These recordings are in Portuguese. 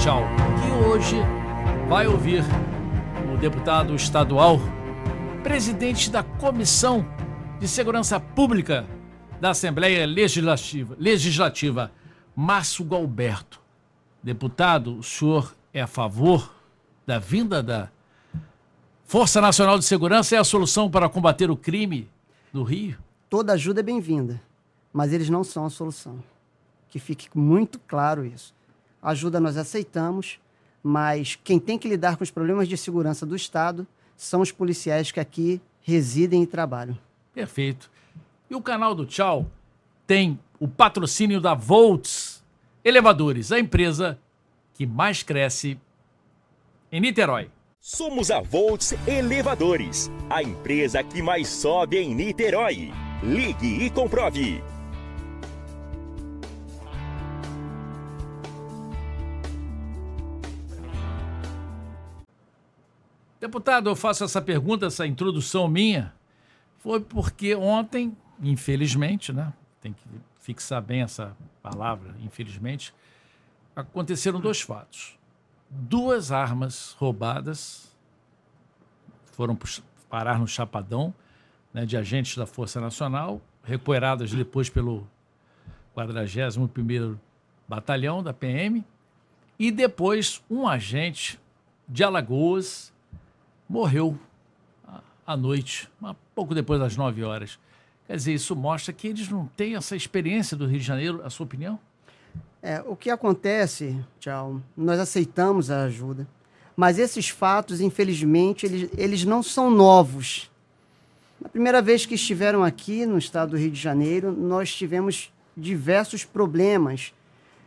Tchau, que hoje vai ouvir o deputado estadual, presidente da Comissão de Segurança Pública da Assembleia Legislativa, Márcio Galberto. Deputado, o senhor é a favor da vinda da Força Nacional de Segurança? É a solução para combater o crime do Rio? Toda ajuda é bem-vinda, mas eles não são a solução. Que fique muito claro isso. Ajuda nós aceitamos, mas quem tem que lidar com os problemas de segurança do Estado são os policiais que aqui residem e trabalham. Perfeito. E o canal do Tchau tem o patrocínio da Volts Elevadores, a empresa que mais cresce em Niterói. Somos a Volts Elevadores, a empresa que mais sobe em Niterói. Ligue e comprove. Deputado, eu faço essa pergunta, essa introdução minha, foi porque ontem, infelizmente, né, tem que fixar bem essa palavra, infelizmente, aconteceram dois fatos. 2 armas roubadas foram parar no Chapadão, né, de agentes da Força Nacional, recuperadas depois pelo 41º Batalhão da PM, e depois um agente de Alagoas morreu à noite, pouco depois das 9 horas. Quer dizer, isso mostra que eles não têm essa experiência do Rio de Janeiro, a sua opinião? O que acontece, Tchau, nós aceitamos a ajuda, mas esses fatos, infelizmente, eles não são novos. Na primeira vez que estiveram aqui no estado do Rio de Janeiro, nós tivemos diversos problemas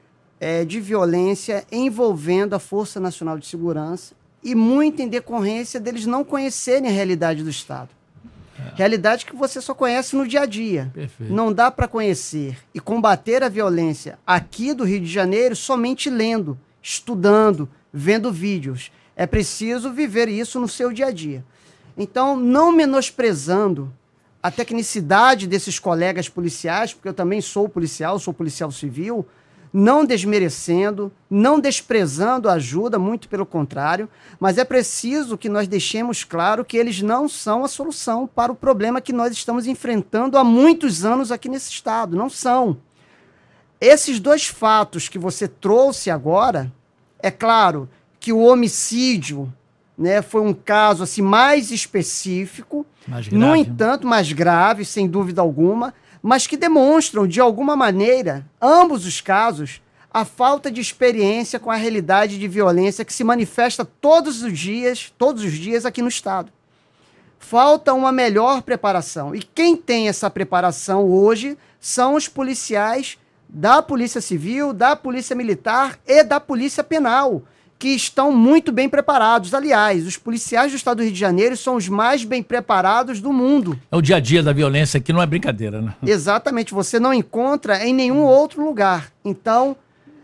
de violência envolvendo a Força Nacional de Segurança e muito em decorrência deles não conhecerem a realidade do Estado. Realidade que você só conhece no dia a dia. Perfeito. Não dá para conhecer e combater a violência aqui do Rio de Janeiro somente lendo, estudando, vendo vídeos. É preciso viver isso no seu dia a dia. Então, não menosprezando a tecnicidade desses colegas policiais, porque eu também sou policial civil, não desmerecendo, não desprezando a ajuda, muito pelo contrário, mas é preciso que nós deixemos claro que eles não são a solução para o problema que nós estamos enfrentando há muitos anos aqui nesse estado, não são. Esses 2 fatos que você trouxe agora, é claro que o homicídio, né, foi um caso assim, mais específico, no entanto, mais grave, sem dúvida alguma, mas que demonstram, de alguma maneira, ambos os casos, a falta de experiência com a realidade de violência que se manifesta todos os dias aqui no Estado. Falta uma melhor preparação. E quem tem essa preparação hoje são os policiais da Polícia Civil, da Polícia Militar e da Polícia Penal, que estão muito bem preparados. Aliás, os policiais do estado do Rio de Janeiro são os mais bem preparados do mundo. É o dia a dia da violência aqui, não é brincadeira, né? Exatamente, você não encontra em nenhum outro lugar. Então,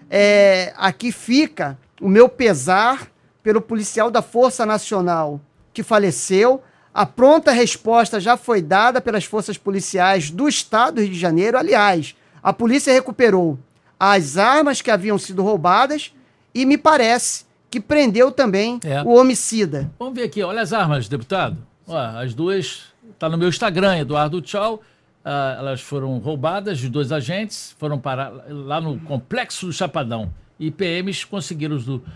aqui fica o meu pesar pelo policial da Força Nacional que faleceu. A pronta resposta já foi dada pelas forças policiais do estado do Rio de Janeiro. Aliás, a polícia recuperou as armas que haviam sido roubadas e me parece que prendeu também o homicida. Vamos ver aqui, olha as armas, deputado. Ó, as 2, tá no meu Instagram, Eduardo Tchau. Elas foram roubadas de 2 agentes, foram parar lá no Complexo do Chapadão. E PMs conseguiram os do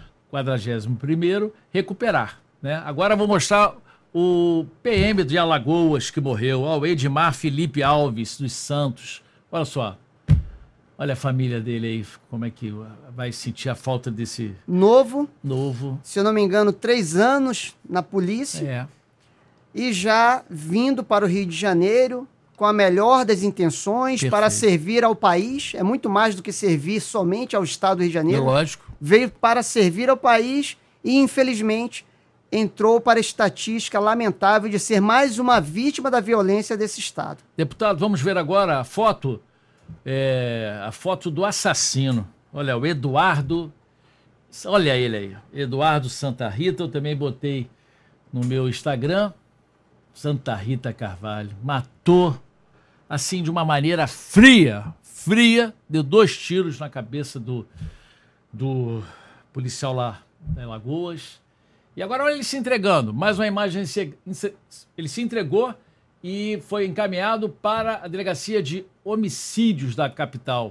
41º recuperar, né? Agora eu vou mostrar o PM de Alagoas que morreu, o Edmar Felipe Alves dos Santos. Olha só. Olha a família dele aí, como é que vai sentir a falta desse... Novo. Se eu não me engano, 3 anos na polícia. E já vindo para o Rio de Janeiro com a melhor das intenções. Perfeito. Para servir ao país. É muito mais do que servir somente ao estado do Rio de Janeiro. Lógico. Veio para servir ao país e, infelizmente, entrou para a estatística lamentável de ser mais uma vítima da violência desse estado. Deputado, vamos ver agora a foto do assassino. Olha, o Eduardo, olha ele aí, Eduardo Santa Rita, eu também botei no meu Instagram, Santa Rita Carvalho, matou, assim, de uma maneira fria, deu 2 tiros na cabeça do policial lá em Lagoas. E agora olha ele se entregando. Mais uma imagem, ele se entregou e foi encaminhado para a delegacia de homicídios da capital.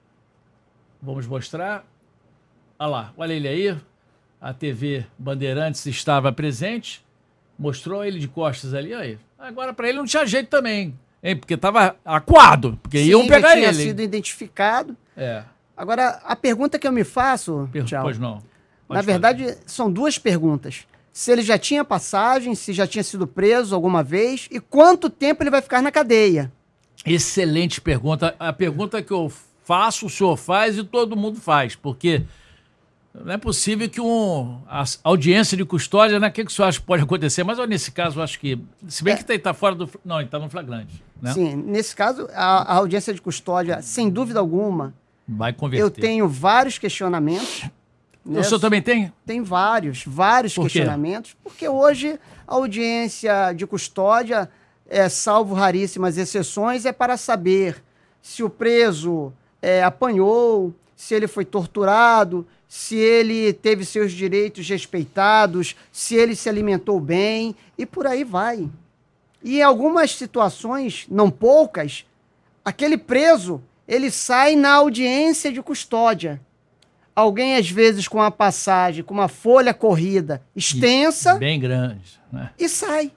Vamos mostrar. Olha lá, olha ele aí. A TV Bandeirantes estava presente. Mostrou ele de costas ali. Aí. Agora para ele não tinha jeito também, hein? Porque estava acuado, porque iam pegar ele. Tinha sido identificado. É. Agora, a pergunta que eu me faço, Tchau, pois não. na verdade, são duas perguntas. Se ele já tinha passagem, se já tinha sido preso alguma vez e quanto tempo ele vai ficar na cadeia. Excelente pergunta. A pergunta que eu faço, o senhor faz e todo mundo faz, porque não é possível que a audiência de custódia, né? O que o senhor acha que pode acontecer? Mas nesse caso, eu acho que, se bem que ele está fora do... Não, ele está no flagrante. Né? Sim, nesse caso, a audiência de custódia, sem dúvida alguma, vai converter. eu tenho vários questionamentos. O senhor também tem? Tem vários questionamentos, porque hoje a audiência de custódia, salvo raríssimas exceções, é para saber se o preso apanhou, se ele foi torturado, se ele teve seus direitos respeitados, se ele se alimentou bem, e por aí vai. E em algumas situações, não poucas, aquele preso, ele sai na audiência de custódia. Alguém, às vezes, com uma passagem, com uma folha corrida extensa... Bem grande, né? E sai.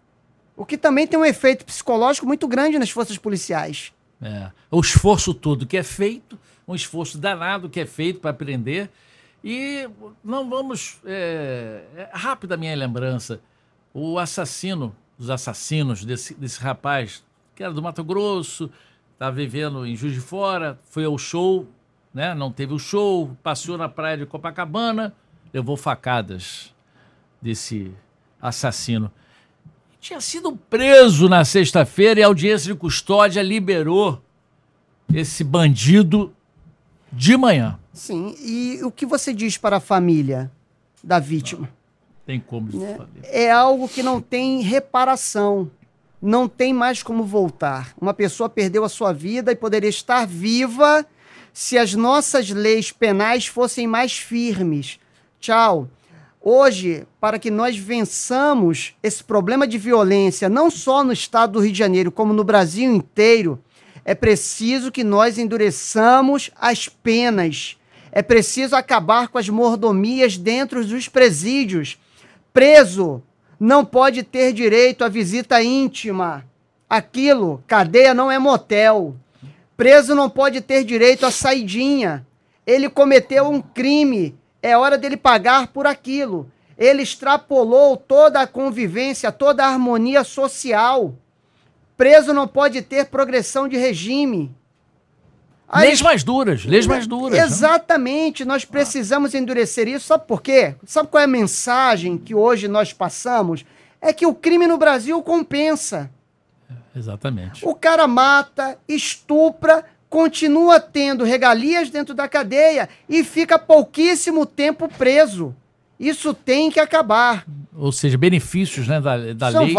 O que também tem um efeito psicológico muito grande nas forças policiais. O esforço todo que é feito, um esforço danado que é feito para prender. E não vamos... rápida a minha lembrança. O assassino, os assassinos desse rapaz, que era do Mato Grosso, estava vivendo em Juiz de Fora, foi ao show... Né? Não teve o show, passeou na praia de Copacabana, levou facadas desse assassino. Tinha sido preso na sexta-feira e a audiência de custódia liberou esse bandido de manhã. Sim, e o que você diz para a família da vítima? Tem como isso fazer. É algo que não tem reparação, não tem mais como voltar. Uma pessoa perdeu a sua vida e poderia estar viva se as nossas leis penais fossem mais firmes. Tchau. Hoje, para que nós vençamos esse problema de violência, não só no estado do Rio de Janeiro, como no Brasil inteiro, é preciso que nós endureçamos as penas. É preciso acabar com as mordomias dentro dos presídios. Preso não pode ter direito à visita íntima. Aquilo, cadeia não é motel. Preso não pode ter direito à saidinha. Ele cometeu um crime. É hora dele pagar por aquilo. Ele extrapolou toda a convivência, toda a harmonia social. Preso não pode ter progressão de regime. Leis mais duras, leis mais duras. Exatamente, nós precisamos endurecer isso. Sabe por quê? Sabe qual é a mensagem que hoje nós passamos? É que o crime no Brasil compensa. Exatamente. O cara mata, estupra, continua tendo regalias dentro da cadeia e fica pouquíssimo tempo preso. Isso tem que acabar. Ou seja, benefícios, né, da lei. São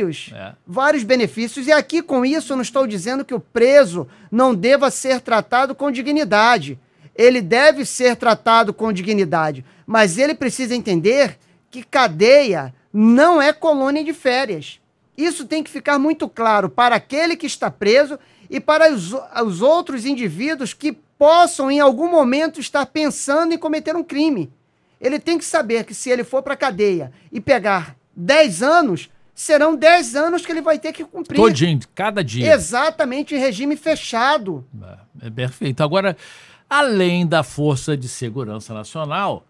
vários benefícios. E aqui, com isso, eu não estou dizendo que o preso não deva ser tratado com dignidade. Ele deve ser tratado com dignidade. Mas ele precisa entender que cadeia não é colônia de férias. Isso tem que ficar muito claro para aquele que está preso e para os outros indivíduos que possam, em algum momento, estar pensando em cometer um crime. Ele tem que saber que se ele for para a cadeia e pegar 10 anos, serão 10 anos que ele vai ter que cumprir. Todinho, cada dia. Exatamente, em regime fechado. É perfeito. Agora, além da Força de Segurança Nacional,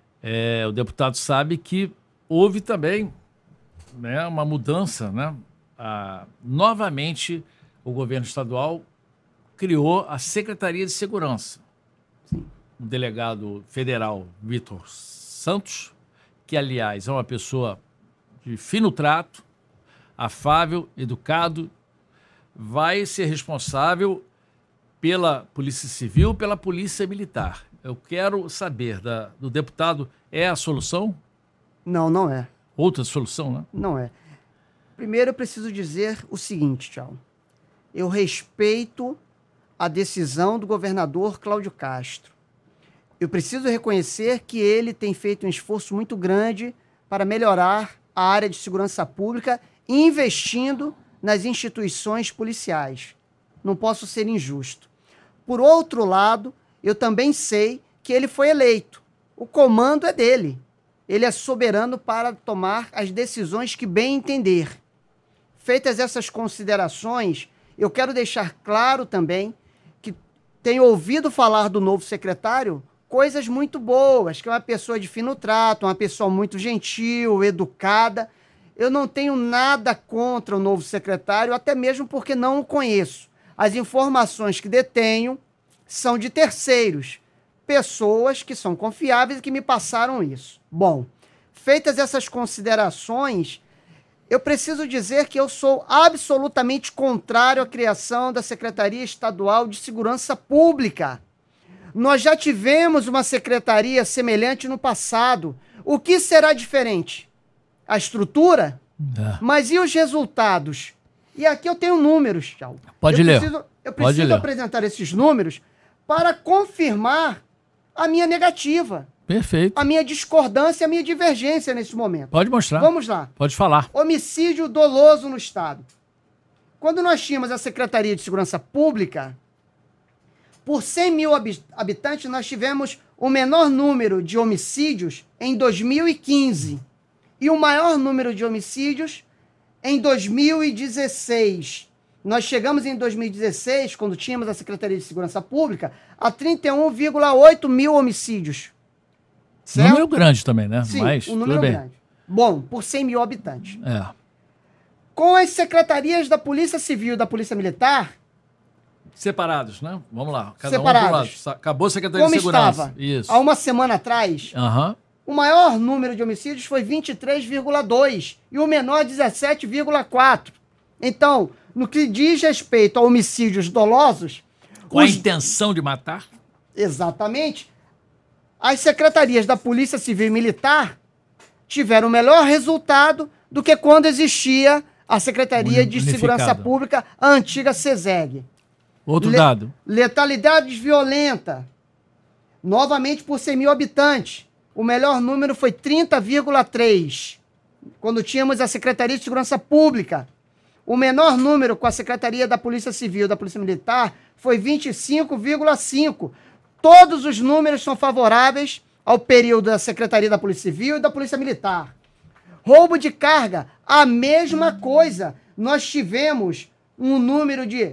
o deputado sabe que houve também, né, uma mudança, né? Novamente, o governo estadual criou a Secretaria de Segurança. Sim. O delegado federal Vitor Santos, que, aliás, é uma pessoa de fino trato, afável, educado, vai ser responsável pela Polícia Civil, pela Polícia Militar. Eu quero saber do deputado, é a solução? Não, não é. Outra solução, né? Não é. Primeiro, eu preciso dizer o seguinte, Tchau. Eu respeito a decisão do governador Cláudio Castro. eu preciso reconhecer que ele tem feito um esforço muito grande para melhorar a área de segurança pública, investindo nas instituições policiais. Não posso ser injusto. Por outro lado, eu também sei que ele foi eleito. O comando é dele. Ele é soberano para tomar as decisões que bem entender. Feitas essas considerações, eu quero deixar claro também que tenho ouvido falar do novo secretário coisas muito boas, que é uma pessoa de fino trato, uma pessoa muito gentil, educada. Eu não tenho nada contra o novo secretário, até mesmo porque não o conheço. As informações que detenho são de terceiros, pessoas que são confiáveis e que me passaram isso. Bom, feitas essas considerações, eu preciso dizer que eu sou absolutamente contrário à criação da Secretaria Estadual de Segurança Pública. Nós já tivemos uma secretaria semelhante no passado. O que será diferente? A estrutura? Mas e os resultados? E aqui eu tenho números, Tchau. Pode ler. Eu preciso apresentar esses números para confirmar a minha negativa. Perfeito. A minha discordância, a minha divergência nesse momento. Pode mostrar. Vamos lá. Pode falar. Homicídio doloso no Estado. Quando nós tínhamos a Secretaria de Segurança Pública, por 100 mil habitantes, nós tivemos o menor número de homicídios em 2015 e o maior número de homicídios em 2016. Nós chegamos em 2016, quando tínhamos a Secretaria de Segurança Pública, a 31,8 mil homicídios. Certo? Número grande também, né? Sim, mas, um número tudo bem. grande. Bom, por 100 mil habitantes. É. Com as secretarias da Polícia Civil e da Polícia Militar, Separados, né? Vamos lá. Cada separados. um do lado. Acabou a Secretaria Como de Segurança. estava Isso. há uma semana atrás, Aham. o maior número de homicídios foi 23,2 e o menor 17,4. Então, no que diz respeito a homicídios dolosos... Com a intenção de matar? Exatamente. As secretarias da Polícia Civil e Militar tiveram melhor resultado do que quando existia a Secretaria de Segurança Pública, a antiga SESEG. Outro dado. Letalidade violenta, novamente por 100 mil habitantes. O melhor número foi 30,3, quando tínhamos a Secretaria de Segurança Pública. O menor número com a Secretaria da Polícia Civil e da Polícia Militar foi 25,5. Todos os números são favoráveis ao período da Secretaria da Polícia Civil e da Polícia Militar. Roubo de carga, a mesma coisa. Nós tivemos um número de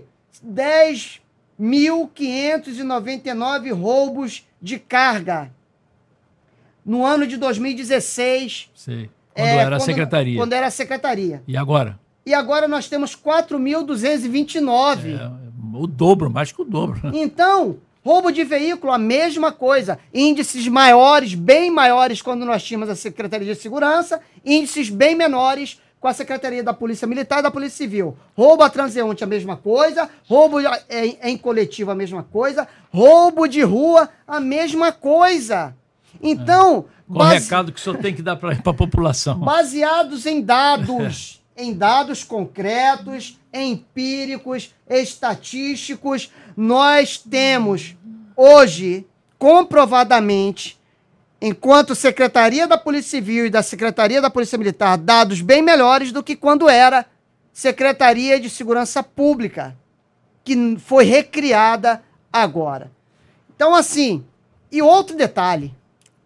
10.599 roubos de carga no ano de 2016. Sei. Quando era a secretaria. Quando era a secretaria. E agora? E agora nós temos 4.229. O dobro, mais que o dobro. Então, roubo de veículo, a mesma coisa. Índices maiores, bem maiores quando nós tínhamos a Secretaria de Segurança, índices bem menores com a Secretaria da Polícia Militar e da Polícia Civil. Roubo a transeunte, a mesma coisa. Roubo em coletivo, a mesma coisa. Roubo de rua, a mesma coisa. Então... Qual o recado que o senhor tem que dar para a população? Baseados em dados, em dados concretos, empíricos, estatísticos, nós temos hoje, comprovadamente, enquanto Secretaria da Polícia Civil e da Secretaria da Polícia Militar, dados bem melhores do que quando era Secretaria de Segurança Pública, que foi recriada agora. Então, assim, e outro detalhe,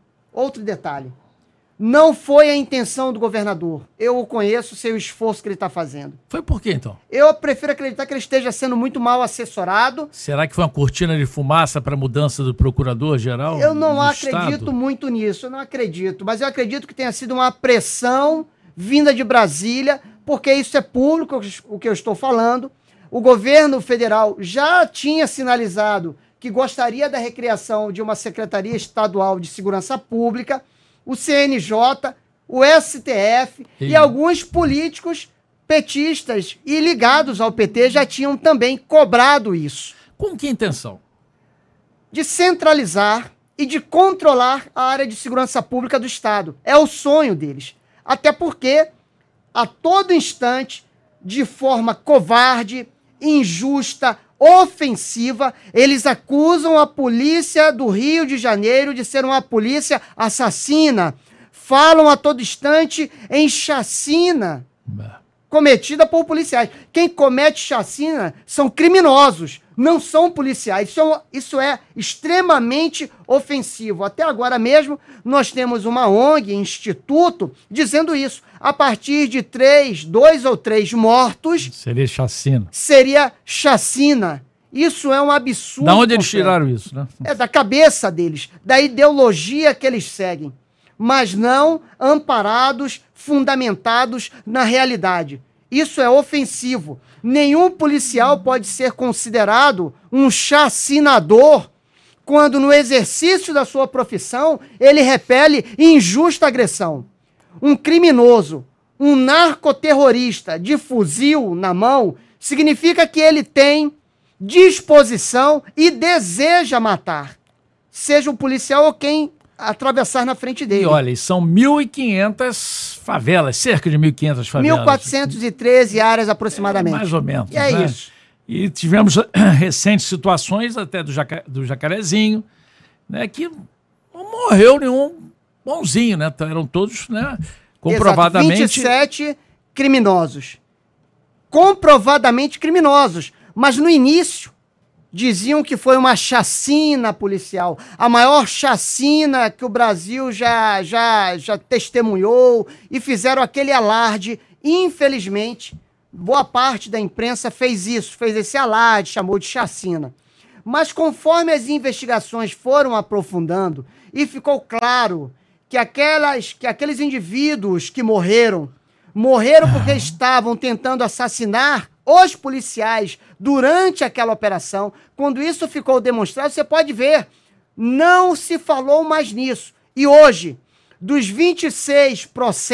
não foi a intenção do governador. Eu o conheço, sei o esforço que ele está fazendo. Foi por quê, então? Eu prefiro acreditar que ele esteja sendo muito mal assessorado. Será que foi uma cortina de fumaça para a mudança do procurador-geral? Eu não acredito muito nisso, eu não acredito. Mas eu acredito que tenha sido uma pressão vinda de Brasília, porque isso é público, o que eu estou falando. O governo federal já tinha sinalizado que gostaria da recriação de uma Secretaria Estadual de Segurança Pública, o CNJ, o STF e alguns políticos petistas e ligados ao PT já tinham também cobrado isso. Com que intenção? De centralizar e de controlar a área de segurança pública do Estado. É o sonho deles. Até porque, a todo instante, de forma covarde, injusta, ofensiva. Eles acusam a polícia do Rio de Janeiro de ser uma polícia assassina. Falam a todo instante em chacina cometida por policiais. Quem comete chacina são criminosos, não são policiais. Isso é extremamente ofensivo. Até agora mesmo, nós temos uma ONG, instituto, dizendo isso. A partir de 2 ou 3 mortos... Seria chacina. Isso é um absurdo. Da onde eles tiraram isso, né? É da cabeça deles, da ideologia que eles seguem, mas não amparados, fundamentados na realidade. Isso é ofensivo. Nenhum policial pode ser considerado um chacinador quando, no exercício da sua profissão, ele repele injusta agressão. Um criminoso, um narcoterrorista de fuzil na mão, significa que ele tem disposição e deseja matar, seja o policial ou quem atravessar na frente dele. E olha, são 1.500 favelas, cerca de 1.500 favelas. 1.413 áreas aproximadamente. Mais ou menos. E é isso. E tivemos recentes situações até do Jacarezinho, né, que não morreu nenhum bonzinho, né? Eram todos, né, comprovadamente... Exato, 27 criminosos. Comprovadamente criminosos. Mas no início diziam que foi uma chacina policial, a maior chacina que o Brasil já testemunhou, e fizeram aquele alarde. Infelizmente, boa parte da imprensa fez esse alarde, chamou de chacina. Mas conforme as investigações foram aprofundando e ficou claro que aqueles indivíduos que morreram porque estavam tentando assassinar os policiais durante aquela operação. Quando isso ficou demonstrado, você pode ver, não se falou mais nisso. E hoje, dos 27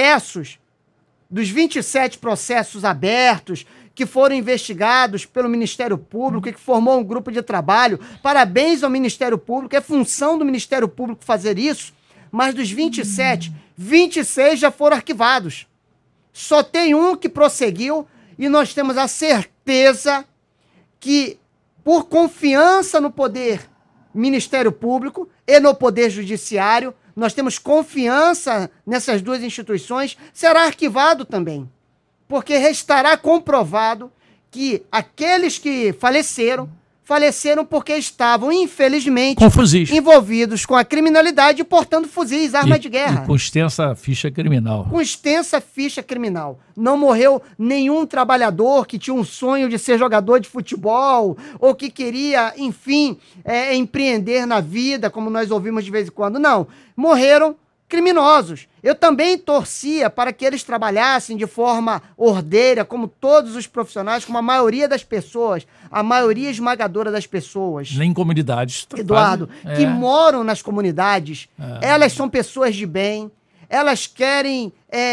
processos abertos que foram investigados pelo Ministério Público e que formou um grupo de trabalho, parabéns ao Ministério Público, é função do Ministério Público fazer isso, mas dos 27, 26 já foram arquivados. Só tem um que prosseguiu. E nós temos a certeza que, por confiança no poder Ministério Público e no Poder Judiciário, nós temos confiança nessas duas instituições, será arquivado também. Porque restará comprovado que aqueles que faleceram porque estavam, infelizmente, envolvidos com a criminalidade e portando fuzis, armas de guerra. E com extensa ficha criminal. Com extensa ficha criminal. Não morreu nenhum trabalhador que tinha um sonho de ser jogador de futebol ou que queria, enfim, empreender na vida, como nós ouvimos de vez em quando. Não. Morreram criminosos. Eu também torcia para que eles trabalhassem de forma ordeira, como todos os profissionais, como a maioria das pessoas, a maioria esmagadora das pessoas. Nem comunidades. Eduardo, que moram nas comunidades, elas são pessoas de bem, elas querem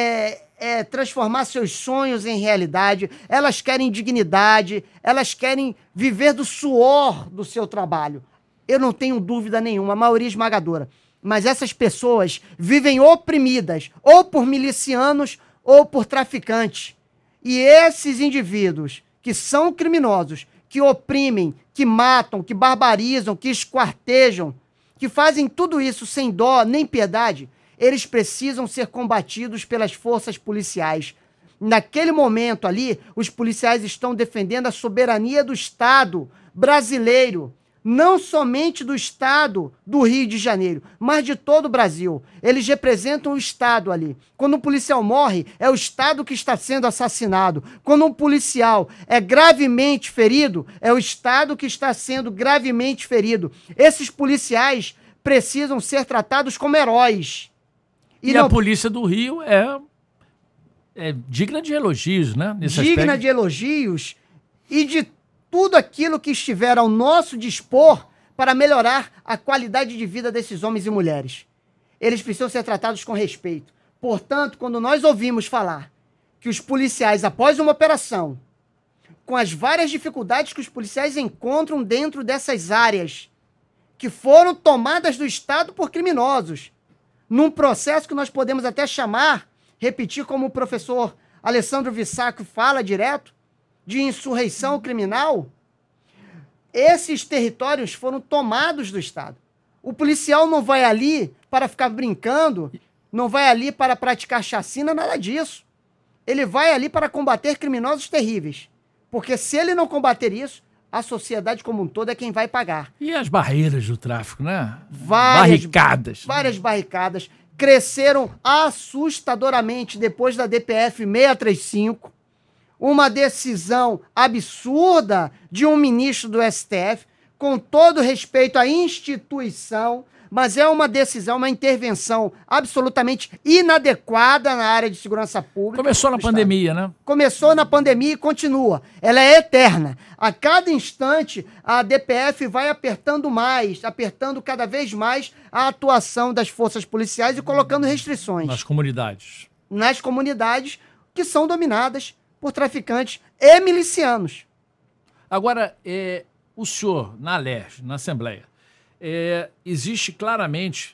transformar seus sonhos em realidade, elas querem dignidade, elas querem viver do suor do seu trabalho. Eu não tenho dúvida nenhuma, a maioria esmagadora. Mas essas pessoas vivem oprimidas, ou por milicianos, ou por traficantes. E esses indivíduos, que são criminosos, que oprimem, que matam, que barbarizam, que esquartejam, que fazem tudo isso sem dó nem piedade, eles precisam ser combatidos pelas forças policiais. Naquele momento ali, os policiais estão defendendo a soberania do Estado brasileiro, não somente do Estado do Rio de Janeiro, mas de todo o Brasil. Eles representam o Estado ali. Quando um policial morre, é o Estado que está sendo assassinado. Quando um policial é gravemente ferido, é o Estado que está sendo gravemente ferido. Esses policiais precisam ser tratados como heróis. E não... a polícia do Rio é digna de elogios, né? Digna de elogios e de tudo aquilo que estiver ao nosso dispor para melhorar a qualidade de vida desses homens e mulheres. Eles precisam ser tratados com respeito. Portanto, quando nós ouvimos falar que os policiais, após uma operação, com as várias dificuldades que os policiais encontram dentro dessas áreas, que foram tomadas do Estado por criminosos, num processo que nós podemos até chamar, repetir como o professor Alessandro Vissaco fala direto, de insurreição criminal, esses territórios foram tomados do Estado. O policial não vai ali para ficar brincando, não vai ali para praticar chacina, nada disso. Ele vai ali para combater criminosos terríveis. Porque se ele não combater isso, a sociedade como um todo é quem vai pagar. E as barreiras do tráfico, né? Barricadas. Várias barricadas. Cresceram assustadoramente depois da DPF 635. Uma decisão absurda de um ministro do STF, com todo respeito à instituição, mas é uma decisão, uma intervenção absolutamente inadequada na área de segurança pública. Começou na pandemia, né? Começou na pandemia e continua. Ela é eterna. A cada instante, a DPF vai apertando cada vez mais a atuação das forças policiais e colocando restrições. Nas comunidades. Nas comunidades que são dominadas por traficantes e milicianos. Agora, o senhor, na Alerj, na Assembleia, existe claramente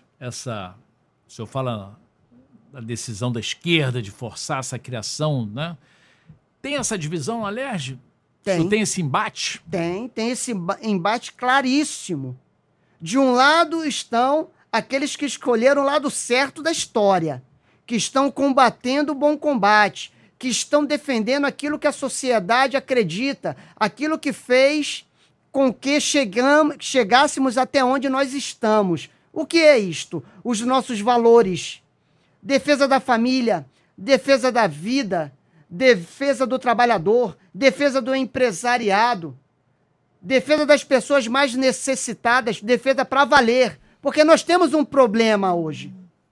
o senhor fala da decisão da esquerda de forçar essa criação, né? Tem essa divisão na Alerj? Tem esse embate? Tem esse embate claríssimo. De um lado estão aqueles que escolheram o lado certo da história, que estão combatendo o bom combate, que estão defendendo aquilo que a sociedade acredita, aquilo que fez com que chegássemos até onde nós estamos. O que é isto? Os nossos valores. Defesa da família, defesa da vida, defesa do trabalhador, defesa do empresariado, defesa das pessoas mais necessitadas, defesa para valer. Porque nós temos um problema hoje.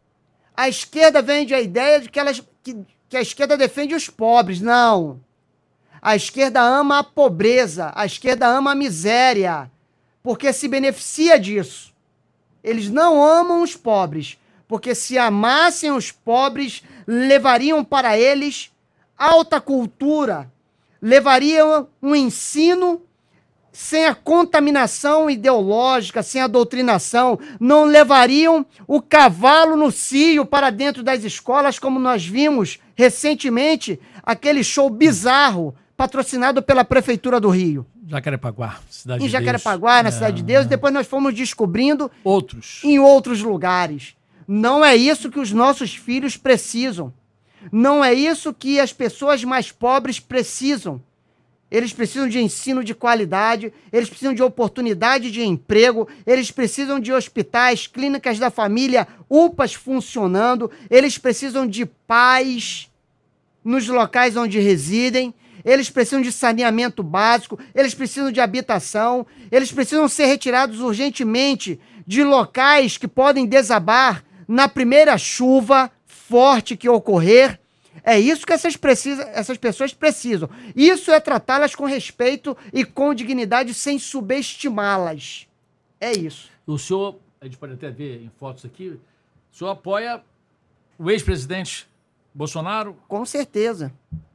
A esquerda vende a ideia de que a esquerda defende os pobres. Não. A esquerda ama a pobreza, a esquerda ama a miséria, porque se beneficia disso. Eles não amam os pobres, porque se amassem os pobres, levariam para eles alta cultura, levariam um ensino sem a contaminação ideológica, sem a doutrinação, não levariam o cavalo no cio para dentro das escolas, como nós vimos recentemente, aquele show bizarro, patrocinado pela Prefeitura do Rio. Jacarepaguá, Cidade de Deus. Em Jacarepaguá, na Cidade de Deus, depois nós fomos descobrindo em outros lugares. Não é isso que os nossos filhos precisam. Não é isso que as pessoas mais pobres precisam. Eles precisam de ensino de qualidade, eles precisam de oportunidade de emprego, eles precisam de hospitais, clínicas da família, UPAs funcionando, eles precisam de paz nos locais onde residem, eles precisam de saneamento básico, eles precisam de habitação, eles precisam ser retirados urgentemente de locais que podem desabar na primeira chuva forte que ocorrer. É isso que essas pessoas precisam. Isso é tratá-las com respeito e com dignidade sem subestimá-las. É isso. O senhor, a gente pode até ver em fotos aqui, o senhor apoia o ex-presidente Bolsonaro? Com certeza.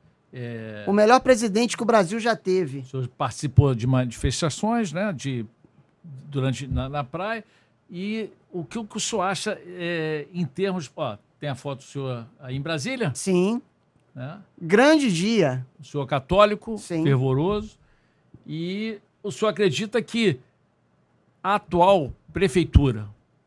O melhor presidente que o Brasil já teve. O senhor participou de manifestações, né, na praia. E o que o senhor acha em termos... Tem a foto do senhor aí em Brasília? Sim. Né? Grande dia. O senhor católico, sim, fervoroso. E o senhor acredita que a atual prefeitura,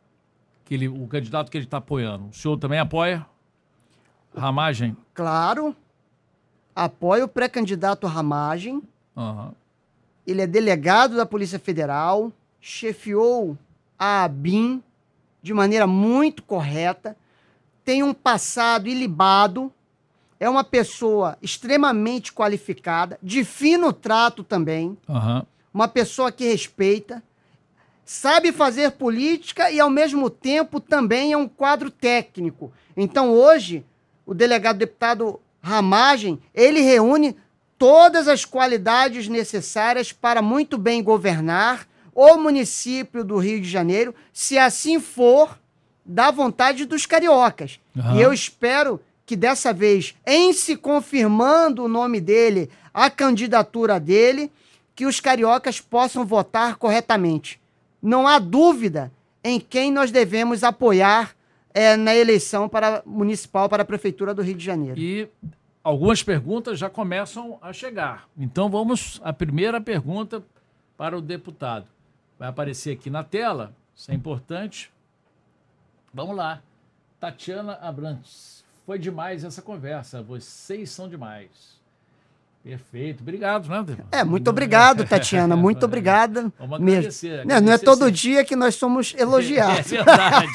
o candidato que ele está apoiando, o senhor também apoia Ramagem? Claro. Apoio o pré-candidato Ramagem. Uhum. Ele é delegado da Polícia Federal, chefiou a ABIN de maneira muito correta, tem um passado ilibado, é uma pessoa extremamente qualificada, de fino trato também, uma pessoa que respeita, sabe fazer política e, ao mesmo tempo, também é um quadro técnico. Então, hoje, o delegado deputado Ramagem, ele reúne todas as qualidades necessárias para muito bem governar o município do Rio de Janeiro, se assim for da vontade dos cariocas. E eu espero que dessa vez, em se confirmando o nome dele, a candidatura dele, que os cariocas possam votar corretamente. Não há dúvida em quem nós devemos apoiar na eleição municipal para a Prefeitura do Rio de Janeiro. E algumas perguntas já começam a chegar. Então vamos à primeira pergunta para o deputado. Vai aparecer aqui na tela, isso é importante. Vamos lá. Tatiana Abrantes, foi demais essa conversa, vocês são demais. Perfeito, obrigado, né? Muito obrigado, Tatiana, muito obrigada. Vamos agradecer. Mesmo. Não é todo dia que nós somos elogiados. É verdade.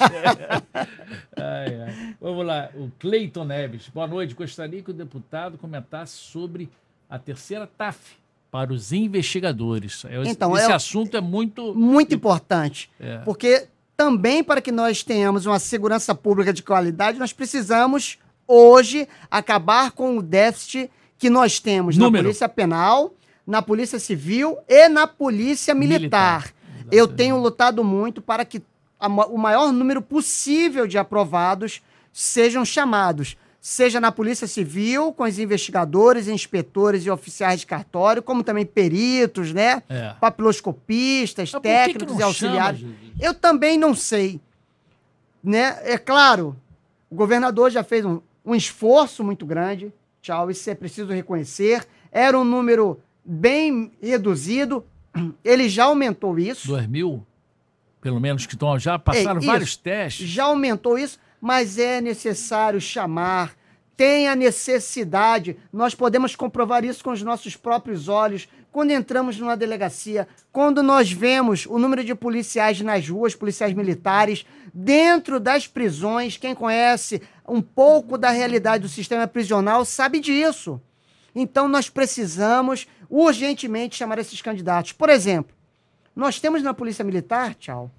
Vamos lá, o Cleiton Neves. Boa noite, gostaria que o deputado comentasse sobre a terceira TAF para os investigadores. Então, esse assunto é muito importante, porque também para que nós tenhamos uma segurança pública de qualidade, nós precisamos hoje acabar com o déficit que nós temos na Polícia Penal, na Polícia Civil e na Polícia Militar. Eu tenho lutado muito para que o maior número possível de aprovados sejam chamados, seja na Polícia Civil, com os investigadores, inspetores e oficiais de cartório, como também peritos, né? Papiloscopistas, técnicos e auxiliares. Eu também não sei, né? É claro, o governador já fez um esforço muito grande, isso é preciso reconhecer. Era um número bem reduzido, ele já aumentou isso. 2.000, pelo menos, que já passaram vários testes. Já aumentou isso, mas é necessário chamar, tem a necessidade. Nós podemos comprovar isso com os nossos próprios olhos, quando entramos numa delegacia, quando nós vemos o número de policiais nas ruas, policiais militares, dentro das prisões. Quem conhece um pouco da realidade do sistema prisional sabe disso. Então, nós precisamos urgentemente chamar esses candidatos. Por exemplo, nós temos na Polícia Militar,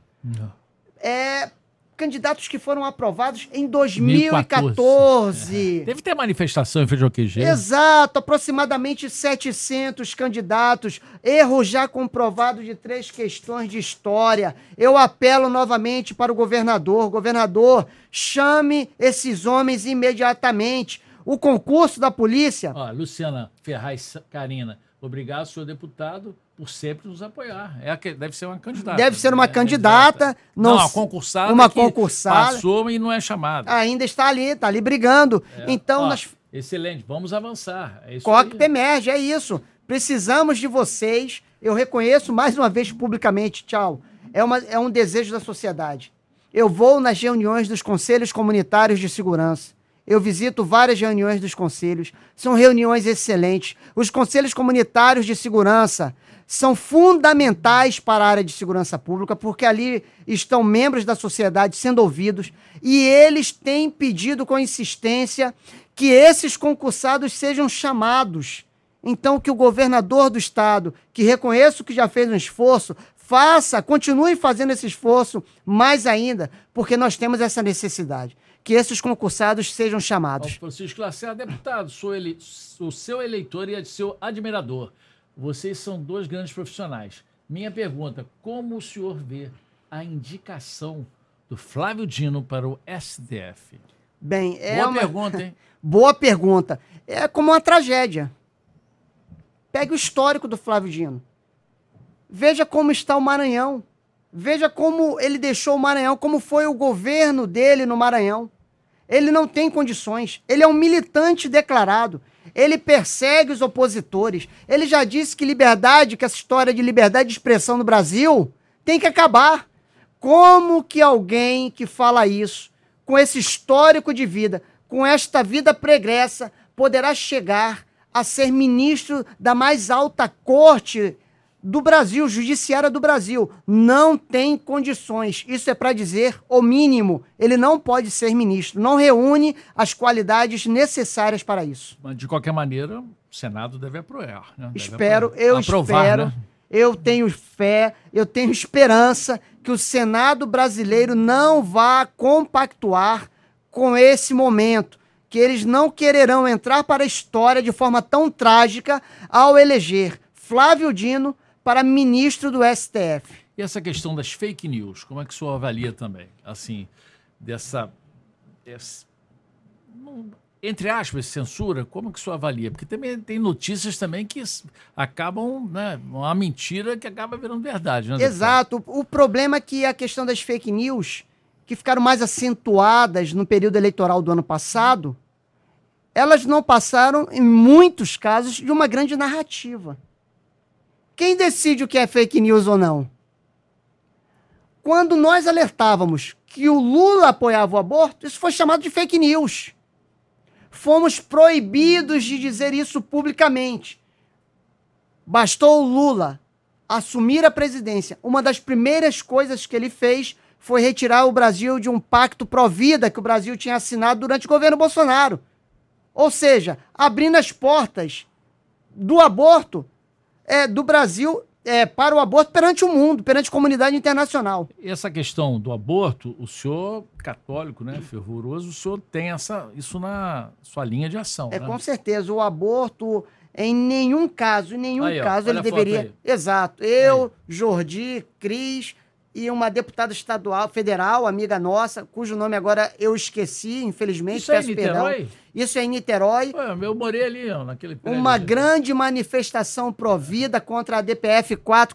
candidatos que foram aprovados em 2014. Deve ter manifestação em frente ao QG. Exato, aproximadamente 700 candidatos, erro já comprovado de 3 questões de história. Eu apelo novamente para o governador. Governador, chame esses homens imediatamente. O concurso da polícia... Luciana Ferraz Carina, obrigado, senhor deputado, por sempre nos apoiar. Deve ser uma candidata. Deve ser uma candidata. Uma concursada. Uma concursada. Passou e não é chamada. Ainda está ali brigando. Então, excelente, vamos avançar. Coque Pemerge, é isso. Precisamos de vocês. Eu reconheço mais uma vez publicamente, é um desejo da sociedade. Eu vou nas reuniões dos conselhos comunitários de segurança. Eu visito várias reuniões dos conselhos. São reuniões excelentes. Os conselhos comunitários de segurança são fundamentais para a área de segurança pública, porque ali estão membros da sociedade sendo ouvidos e eles têm pedido com insistência que esses concursados sejam chamados. Então, que o governador do estado, que reconheço que já fez um esforço, continue fazendo esse esforço mais ainda, porque nós temos essa necessidade. Que esses concursados sejam chamados. Francisco Lacerda, deputado, sou o seu eleitor e seu admirador. Vocês são 2 grandes profissionais. Minha pergunta, como o senhor vê a indicação do Flávio Dino para o STF? Bem, Boa pergunta, hein? Boa pergunta. É como uma tragédia. Pegue o histórico do Flávio Dino. Veja como está o Maranhão. Veja como ele deixou o Maranhão, como foi o governo dele no Maranhão. Ele não tem condições. Ele é um militante declarado. Ele persegue os opositores. Ele já disse que que essa história de liberdade de expressão no Brasil tem que acabar. Como que alguém que fala isso, com esse histórico de vida, com esta vida pregressa, poderá chegar a ser ministro da mais alta corte do Brasil, judiciária do Brasil? Não tem condições. Isso é para dizer o mínimo. Ele não pode ser ministro. Não reúne as qualidades necessárias para isso. Mas, de qualquer maneira, o Senado deve aprovar. Né? Espero. Né? Eu tenho fé, eu tenho esperança que o Senado brasileiro não vá compactuar com esse momento, que eles não quererão entrar para a história de forma tão trágica ao eleger Flávio Dino para ministro do STF. E essa questão das fake news, como é que o senhor avalia também? Assim, entre aspas, censura, como que o senhor avalia? Porque também tem notícias também que acabam, né, uma mentira que acaba virando verdade. Né, exato. O problema é que a questão das fake news, que ficaram mais acentuadas no período eleitoral do ano passado, elas não passaram, em muitos casos, de uma grande narrativa. Quem decide o que é fake news ou não? Quando nós alertávamos que o Lula apoiava o aborto, isso foi chamado de fake news. Fomos proibidos de dizer isso publicamente. Bastou o Lula assumir a presidência. Uma das primeiras coisas que ele fez foi retirar o Brasil de um pacto pró-vida que o Brasil tinha assinado durante o governo Bolsonaro. Ou seja, abrindo as portas do aborto do Brasil para o aborto perante o mundo, perante a comunidade internacional. E essa questão do aborto, o senhor, católico, né, fervoroso, o senhor tem isso na sua linha de ação, né? Com certeza. O aborto, em nenhum caso, ele deveria... Exato. Eu, Jordi, Cris e uma deputada estadual, federal, amiga nossa, cujo nome agora eu esqueci, infelizmente, isso peço perdão. Isso é em Niterói. Eu morei ali, naquele prédio. Uma grande manifestação pró-vida contra a DPF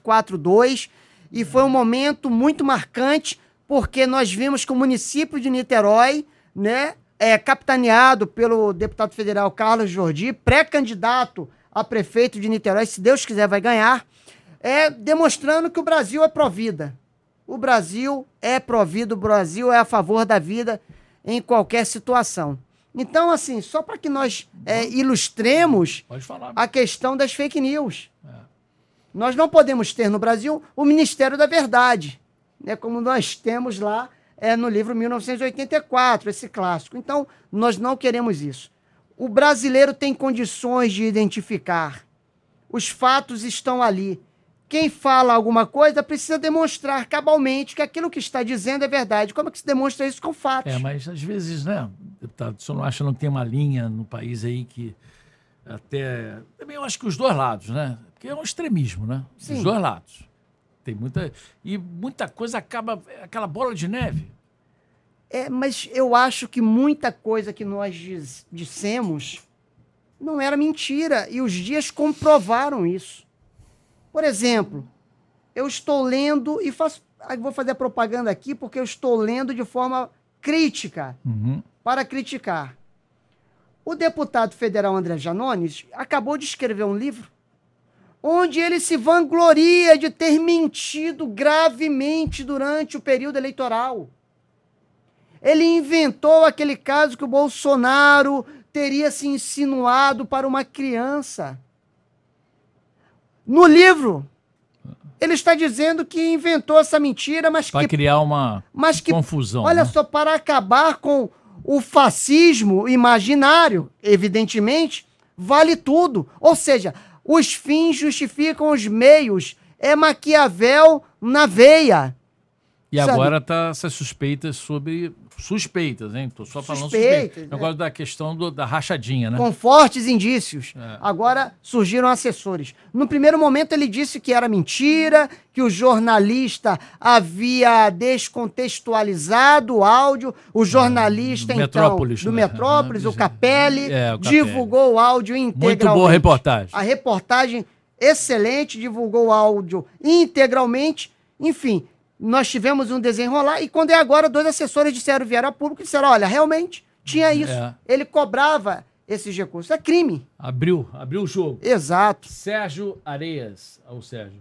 442 e foi um momento muito marcante porque nós vimos que o município de Niterói, né, capitaneado pelo deputado federal Carlos Jordi, pré-candidato a prefeito de Niterói, se Deus quiser vai ganhar, demonstrando que o Brasil é pró-vida. O Brasil é pró-vida, o Brasil é a favor da vida em qualquer situação. Então, assim, só para que nós ilustremos a questão das fake news. Nós não podemos ter no Brasil o Ministério da Verdade, né, como nós temos lá no livro 1984, esse clássico. Então, nós não queremos isso. O brasileiro tem condições de identificar. Os fatos estão ali. Quem fala alguma coisa precisa demonstrar cabalmente que aquilo que está dizendo é verdade. Como é que se demonstra isso com fatos? Mas às vezes, né, deputado, o senhor não acha que tem uma linha no país aí que até... Também eu acho que os dois lados, né? Porque é um extremismo, né? Sim. Os dois lados. Tem muita coisa acaba... Aquela bola de neve. Mas eu acho que muita coisa que nós dissemos não era mentira. E os dias comprovaram isso. Por exemplo, eu estou lendo e vou fazer a propaganda aqui porque eu estou lendo de forma crítica, para criticar. O deputado federal André Janones acabou de escrever um livro onde ele se vangloria de ter mentido gravemente durante o período eleitoral. Ele inventou aquele caso que o Bolsonaro teria se insinuado para uma criança. No livro, ele está dizendo que inventou essa mentira, mas para criar uma confusão. Olha só, para acabar com o fascismo imaginário, evidentemente, vale tudo. Ou seja, os fins justificam os meios. É Maquiavel na veia. E sabe? Agora está essas suspeitas hein? Estou só falando suspeitas. Negócio da questão da rachadinha, né? Com fortes indícios. Agora surgiram assessores. No primeiro momento ele disse que era mentira, que o jornalista havia descontextualizado o áudio. O jornalista, do Metrópolis, o Capelli, divulgou o áudio integralmente. Muito boa reportagem. A reportagem excelente, divulgou o áudio integralmente. Enfim, nós tivemos um desenrolar e quando agora, 2 assessores vieram a público e disseram, olha, realmente tinha isso. Ele cobrava esses recursos. É crime. Abriu o jogo. Exato. Sérgio Areias, Sérgio.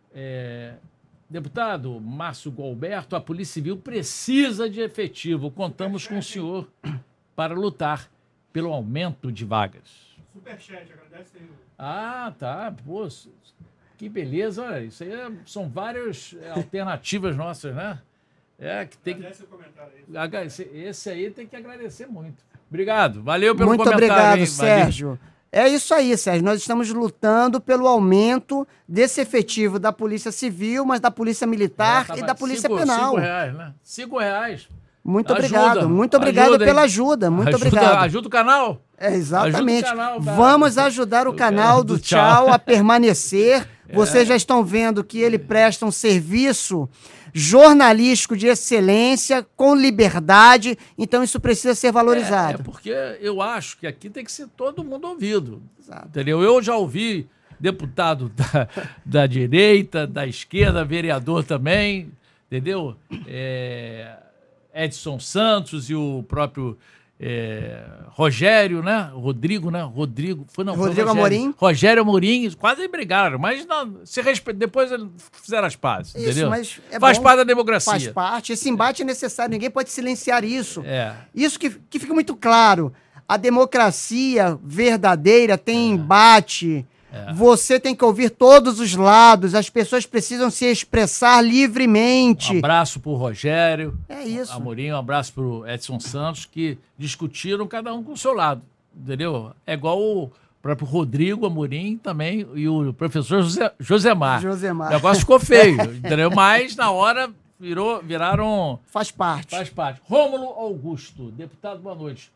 Deputado Márcio Gualberto, a Polícia Civil precisa de efetivo. Contamos com o senhor para lutar pelo aumento de vagas. Superchat, agradece aí. Tá. Pô, que beleza, olha, isso aí são várias alternativas nossas, né? Que tem Agradece o comentário aí. Esse aí tem que agradecer muito. Obrigado, valeu pelo muito comentário. Muito obrigado, Sérgio. É isso aí, Sérgio. Nós estamos lutando pelo aumento desse efetivo da Polícia Civil, mas da Polícia Militar e da Polícia Penal. R$5, né? R$5. Muito obrigado. Muito obrigado pela ajuda. Muito obrigado. Ajuda o canal. Exatamente. Ajuda o canal, vamos ajudar o canal do Tchau a permanecer. Vocês já estão vendo que ele presta um serviço jornalístico de excelência, com liberdade, então isso precisa ser valorizado. Porque eu acho que aqui tem que ser todo mundo ouvido. Exato. Entendeu? Eu já ouvi deputado da direita, da esquerda, vereador também, entendeu? Edson Santos e o próprio Rogério, né? Rodrigo, né? Rodrigo Amorim. Rogério Amorim, quase brigaram, mas não, depois eles fizeram as pazes, Isso, entendeu? mas Faz bom, parte da democracia. Faz parte. Esse embate é necessário, ninguém pode silenciar isso. É. Isso que fica muito claro. A democracia verdadeira tem embate. Você tem que ouvir todos os lados. As pessoas precisam se expressar livremente. Um abraço pro Rogério. É isso. Amorim, um abraço pro Edson Santos, que discutiram cada um com o seu lado, entendeu? É igual o próprio Rodrigo Amorim também e o professor Josemar. O negócio ficou feio, entendeu? Mas na hora viraram... Faz parte. Faz parte. Rômulo Augusto, deputado, boa noite.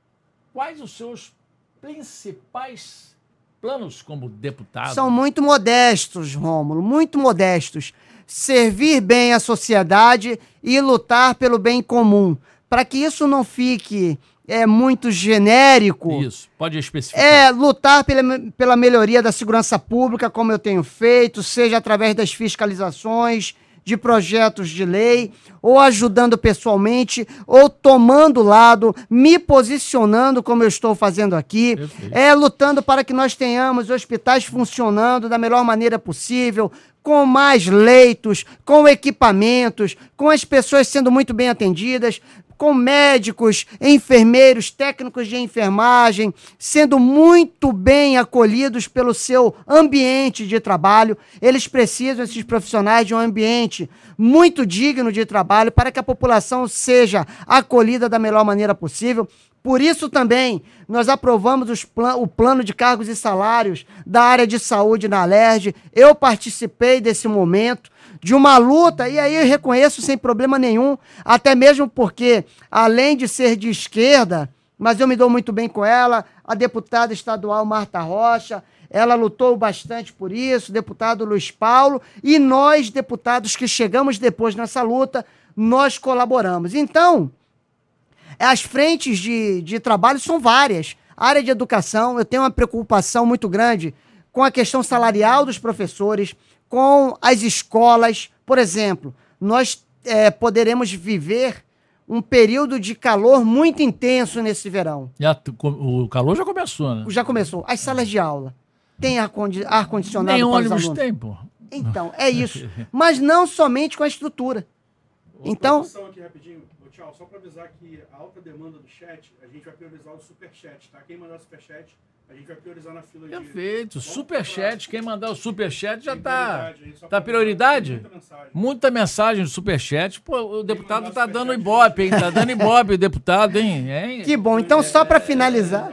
Quais os seus principais planos como deputado? São muito modestos, Rômulo, muito modestos. Servir bem a sociedade e lutar pelo bem comum. Para que isso não fique muito genérico. Isso, pode especificar. Lutar pela melhoria da segurança pública, como eu tenho feito, seja através das fiscalizações, de projetos de lei, ou ajudando pessoalmente, ou tomando lado, me posicionando como eu estou fazendo aqui, lutando para que nós tenhamos hospitais funcionando da melhor maneira possível, com mais leitos, com equipamentos, com as pessoas sendo muito bem atendidas, com médicos, enfermeiros, técnicos de enfermagem, sendo muito bem acolhidos pelo seu ambiente de trabalho. Eles precisam, esses profissionais, de um ambiente muito digno de trabalho para que a população seja acolhida da melhor maneira possível. Por isso também nós aprovamos o plano de cargos e salários da área de saúde na Alerj. Eu participei desse momento de uma luta, e aí eu reconheço sem problema nenhum, até mesmo porque, além de ser de esquerda, mas eu me dou muito bem com ela, a deputada estadual Marta Rocha, ela lutou bastante por isso, deputado Luiz Paulo, e nós, deputados que chegamos depois nessa luta, nós colaboramos. Então, as frentes de trabalho são várias. A área de educação, eu tenho uma preocupação muito grande com a questão salarial dos professores, com as escolas. Por exemplo, nós poderemos viver um período de calor muito intenso nesse verão. O calor já começou, né? Já começou. As salas de aula têm ar-condicionado Nem para os ônibus alunos? tem, pô. Então, é isso. Mas não somente com a estrutura. Então... Aqui rapidinho, tchau, só para avisar que a alta demanda do chat, a gente vai priorizar o superchat, tá? Quem mandar superchat, a gente vai priorizar na fila de... Perfeito. Superchat, quem mandar o superchat já tá... Tá prioridade? Muita mensagem do superchat. Pô, o deputado tá dando ibope, hein? Tá dando ibope o deputado, hein? Que bom. Então, só para finalizar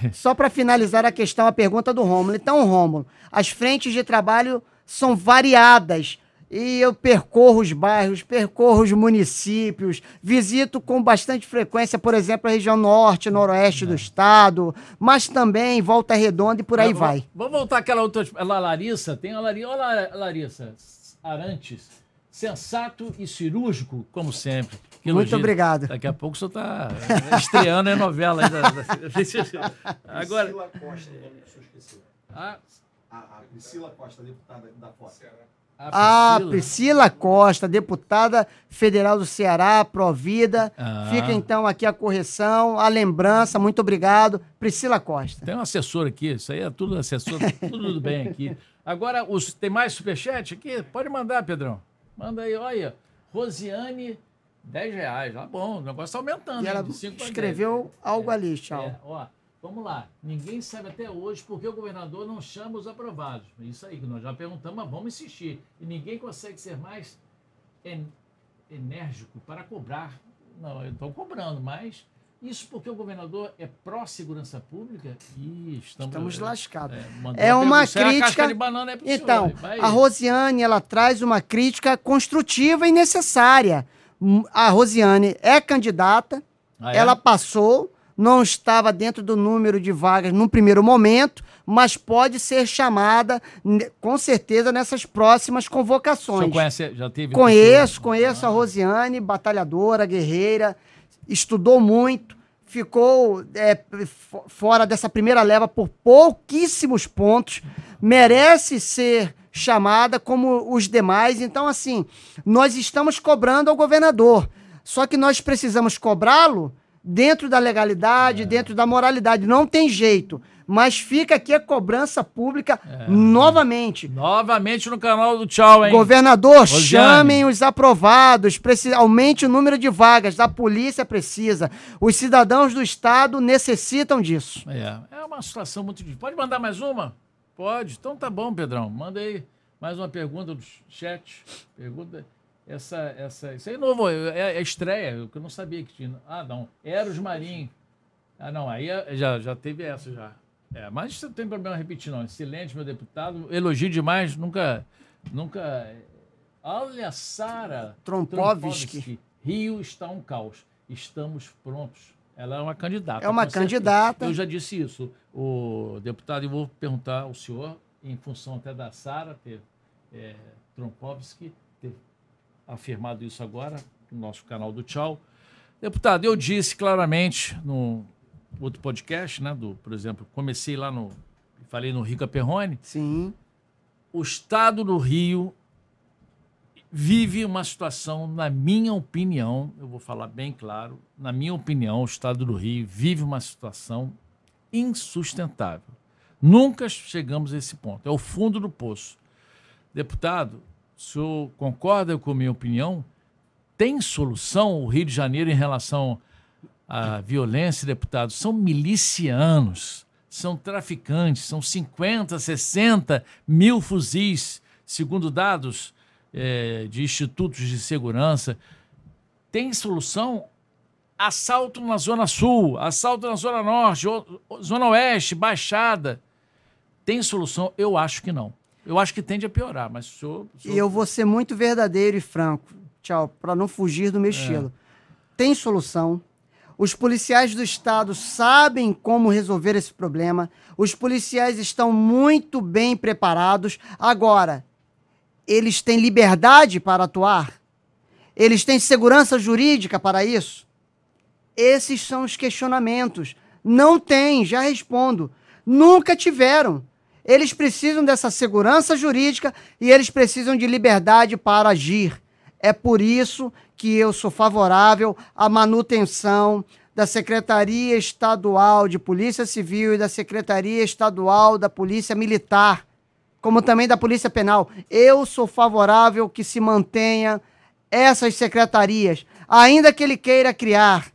a questão, a pergunta do Rômulo. Então, Rômulo, as frentes de trabalho são variadas. E eu percorro os bairros, percorro os municípios, visito com bastante frequência, por exemplo, a região norte, noroeste do estado, mas também Volta Redonda e por aí vai. Vamos voltar àquela outra... A Larissa, tem a Larissa... Olha, Larissa Arantes, sensato e cirúrgico, como sempre. Muito obrigado. Daqui a pouco o senhor está estreando a novela aí. Agora... Priscila Costa, o nome que o senhor esqueceu. A Priscila Costa, deputada da Foz. A Priscila Costa, deputada federal do Ceará, Provida. Fica então aqui a correção, a lembrança. Muito obrigado, Priscila Costa. Tem um assessor aqui, isso aí é tudo assessor, tudo bem aqui. Agora, tem mais superchat aqui? Pode mandar, Pedrão. Manda aí, olha. Rosiane, R$10. Ah, bom, o negócio está aumentando. E ela escreveu algo ali, tchau. Ó, vamos lá. Ninguém sabe até hoje por que o governador não chama os aprovados. Isso aí que nós já perguntamos, mas vamos insistir. E ninguém consegue ser mais enérgico para cobrar. Não, eu estou cobrando, mas isso porque o governador é pró-segurança pública e estamos lascados. É uma crítica. A casca de banana é então, a Rosiane, ela traz uma crítica construtiva e necessária. A Rosiane é candidata, ela passou, não estava dentro do número de vagas no primeiro momento, mas pode ser chamada, com certeza, nessas próximas convocações. Você conhece, já teve... Conheço a Rosiane, batalhadora, guerreira, estudou muito, ficou fora dessa primeira leva por pouquíssimos pontos, merece ser chamada como os demais. Então, assim, nós estamos cobrando ao governador, só que nós precisamos cobrá-lo dentro da legalidade, dentro da moralidade. Não tem jeito. Mas fica aqui a cobrança pública novamente. Novamente no canal do Tchau, hein? Governador, chamem os aprovados, aumente o número de vagas. A polícia precisa. Os cidadãos do Estado necessitam disso. É uma situação muito difícil. Pode mandar mais uma? Pode. Então tá bom, Pedrão. Manda aí mais uma pergunta do chat. Pergunta... Isso aí é novo, é estreia, eu não sabia que tinha. Ah, não, Eros Marinho. Ah, não, aí já teve essa já. Mas não tem problema repetir, não. Excelente, meu deputado. Elogio demais, nunca... Olha, Sara Trompovski. Rio está um caos. Estamos prontos. Ela é uma candidata. É uma candidata. Eu já disse isso. O deputado, eu vou perguntar ao senhor, em função até da Sara ter Trompovski ter afirmado isso agora no nosso canal do Tchau. Deputado, eu disse claramente no outro podcast, né, por exemplo, comecei lá falei no Rica Perrone. Sim. O Estado do Rio vive uma situação, na minha opinião, eu vou falar bem claro, na minha opinião, o Estado do Rio vive uma situação insustentável. Nunca chegamos a esse ponto. É o fundo do poço. Deputado, o senhor concorda com a minha opinião? Tem solução o Rio de Janeiro em relação à violência, deputado? São milicianos, são traficantes, são 50, 60 mil fuzis, segundo dados de institutos de segurança. Tem solução? Assalto na Zona Sul, assalto na Zona Norte, Zona Oeste, Baixada. Tem solução? Eu acho que não. Eu acho que tende a piorar, mas o senhor... E eu vou ser muito verdadeiro e franco, Tchau, para não fugir do meu estilo. Tem solução. Os policiais do Estado sabem como resolver esse problema. Os policiais estão muito bem preparados. Agora, eles têm liberdade para atuar? Eles têm segurança jurídica para isso? Esses são os questionamentos. Não tem, já respondo. Nunca tiveram. Eles precisam dessa segurança jurídica e eles precisam de liberdade para agir. É por isso que eu sou favorável à manutenção da Secretaria Estadual de Polícia Civil e da Secretaria Estadual da Polícia Militar, como também da Polícia Penal. Eu sou favorável que se mantenha essas secretarias, ainda que ele queira criar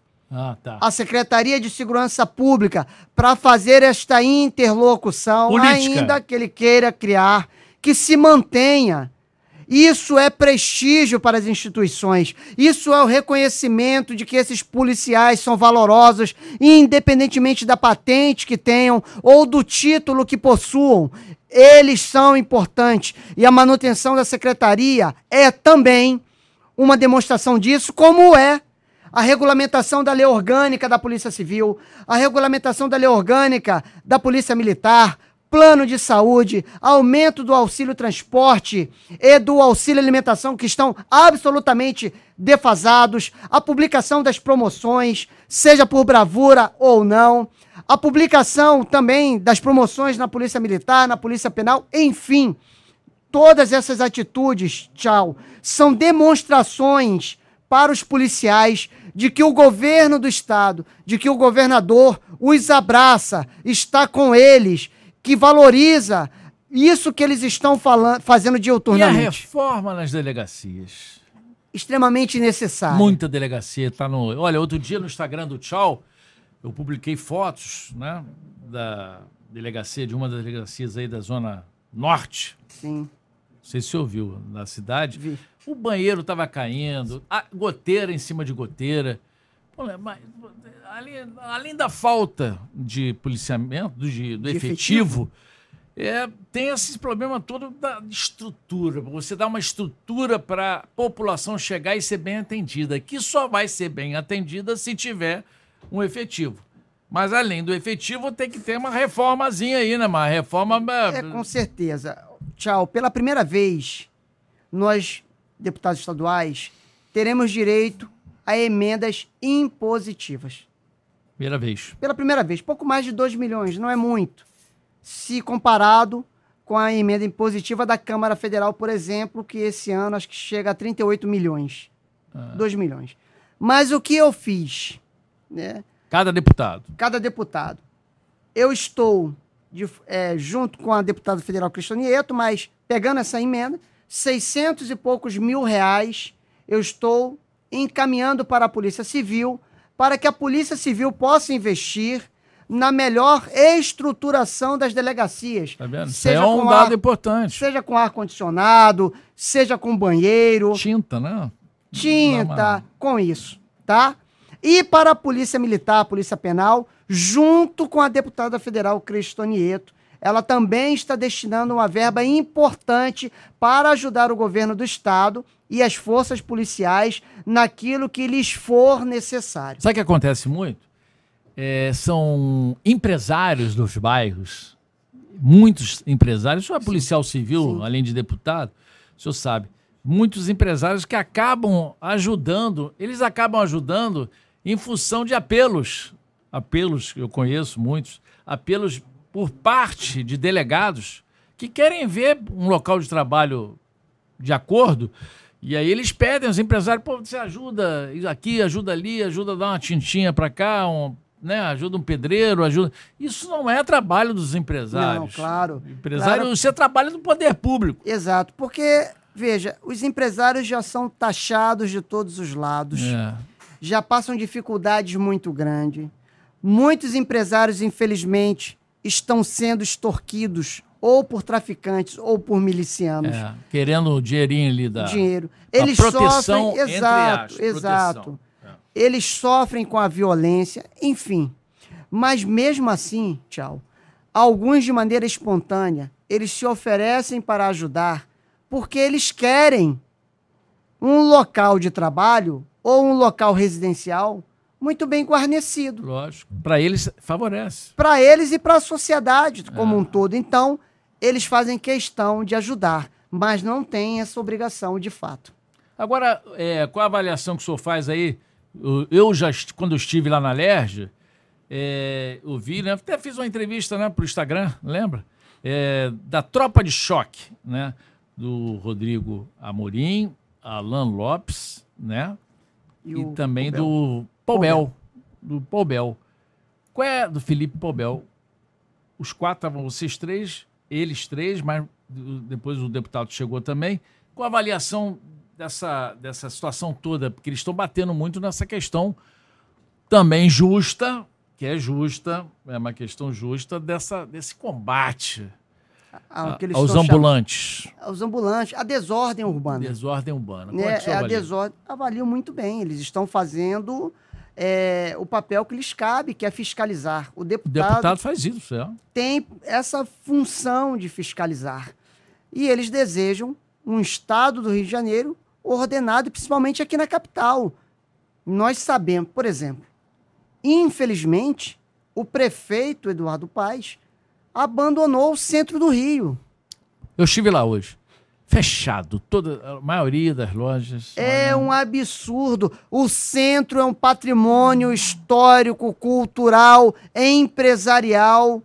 a Secretaria de Segurança Pública para fazer esta interlocução, política. Ainda que ele queira criar, que se mantenha. Isso é prestígio para as instituições. Isso é o reconhecimento de que esses policiais são valorosos, independentemente da patente que tenham ou do título que possuam. Eles são importantes. E a manutenção da secretaria é também uma demonstração disso, como é a regulamentação da lei orgânica da Polícia Civil, a regulamentação da lei orgânica da Polícia Militar, plano de saúde, aumento do auxílio transporte e do auxílio alimentação, que estão absolutamente defasados, a publicação das promoções, seja por bravura ou não, a publicação também das promoções na Polícia Militar, na Polícia Penal, enfim, todas essas atitudes, Tchau, são demonstrações para os policiais de que o governo do Estado, de que o governador os abraça, está com eles, que valoriza isso que eles estão fazendo diuturnamente. E a reforma nas delegacias? Extremamente necessária. Muita delegacia está no... Olha, outro dia no Instagram do Tchau, eu publiquei fotos, né, da delegacia, de uma das delegacias aí da Zona Norte. Sim. Não sei se você ouviu, na cidade. Vi. O banheiro estava caindo, a goteira em cima de goteira. Pô, mas, além da falta de policiamento, do efetivo, tem esse problema todo da estrutura. Você dá uma estrutura para a população chegar e ser bem atendida, que só vai ser bem atendida se tiver um efetivo. Mas além do efetivo, tem que ter uma reformazinha aí, né? Uma reforma... Com certeza. Tchau. Pela primeira vez, nós, deputados estaduais, teremos direito a emendas impositivas. Primeira vez. Pela primeira vez. Pouco mais de 2 milhões, não é muito. Se comparado com a emenda impositiva da Câmara Federal, por exemplo, que esse ano acho que chega a 38 milhões. 2 milhões. Mas o que eu fiz? né? Cada deputado. Cada deputado. Eu estou, junto com a deputada federal Cristiane Nieto, mas pegando essa emenda, 600 e poucos mil reais eu estou encaminhando para a Polícia Civil, para que a Polícia Civil possa investir na melhor estruturação das delegacias. Tá vendo? Isso é um dado importante. Seja com ar-condicionado, seja com banheiro. Tinta, né? Tinta, com isso, tá? E para a Polícia Militar, a Polícia Penal, junto com a deputada federal Cristiane Nieto, ela também está destinando uma verba importante para ajudar o governo do Estado e as forças policiais naquilo que lhes for necessário. Sabe o que acontece muito? São empresários dos bairros, muitos empresários, o senhor é policial civil, sim, além de deputado, o senhor sabe, muitos empresários que acabam ajudando, em função de apelos, eu conheço muitos, apelos por parte de delegados que querem ver um local de trabalho de acordo, e aí eles pedem aos empresários, pô, você ajuda aqui, ajuda ali, ajuda a dar uma tintinha para cá, ajuda um pedreiro, ajuda... Isso não é trabalho dos empresários. Não, claro. Empresário, você trabalha no poder público. Exato, porque, veja, os empresários já são taxados de todos os lados, já passam dificuldades muito grandes. Muitos empresários, infelizmente, estão sendo extorquidos ou por traficantes ou por milicianos. Querendo o dinheirinho ali da... Dinheiro. Eles proteção, sofrem, exato. Exato. Eles sofrem com a violência, enfim. Mas mesmo assim, alguns de maneira espontânea, eles se oferecem para ajudar porque eles querem um local de trabalho ou um local residencial muito bem guarnecido. Lógico. Para eles, favorece. Para eles e para a sociedade como um todo. Então, eles fazem questão de ajudar, mas não têm essa obrigação de fato. Agora, qual a avaliação que o senhor faz aí? Quando eu estive lá na Alerj, eu vi, né, até fiz uma entrevista, né, para o Instagram, lembra? Da Tropa de Choque, né? Do Rodrigo Amorim, Alan Lopes, né? E também do Paubel. Do Paubel. Qual é do Felipe Paubel? Os quatro estavam, vocês três, eles três, mas depois o deputado chegou também. Qual a avaliação dessa situação toda? Porque eles estão batendo muito nessa questão também justa, é uma questão justa desse combate aos ambulantes. Aos ambulantes, a desordem urbana. Desordem urbana. A desordem, avaliam muito bem. Eles estão fazendo o papel que lhes cabe, que é fiscalizar. O deputado faz isso, tem essa função de fiscalizar. E eles desejam um estado do Rio de Janeiro ordenado, principalmente aqui na capital. Nós sabemos, por exemplo, infelizmente, o prefeito Eduardo Paes abandonou o centro do Rio. Eu estive lá hoje. Fechado, a maioria das lojas. Um absurdo. O centro é um patrimônio histórico, cultural, empresarial,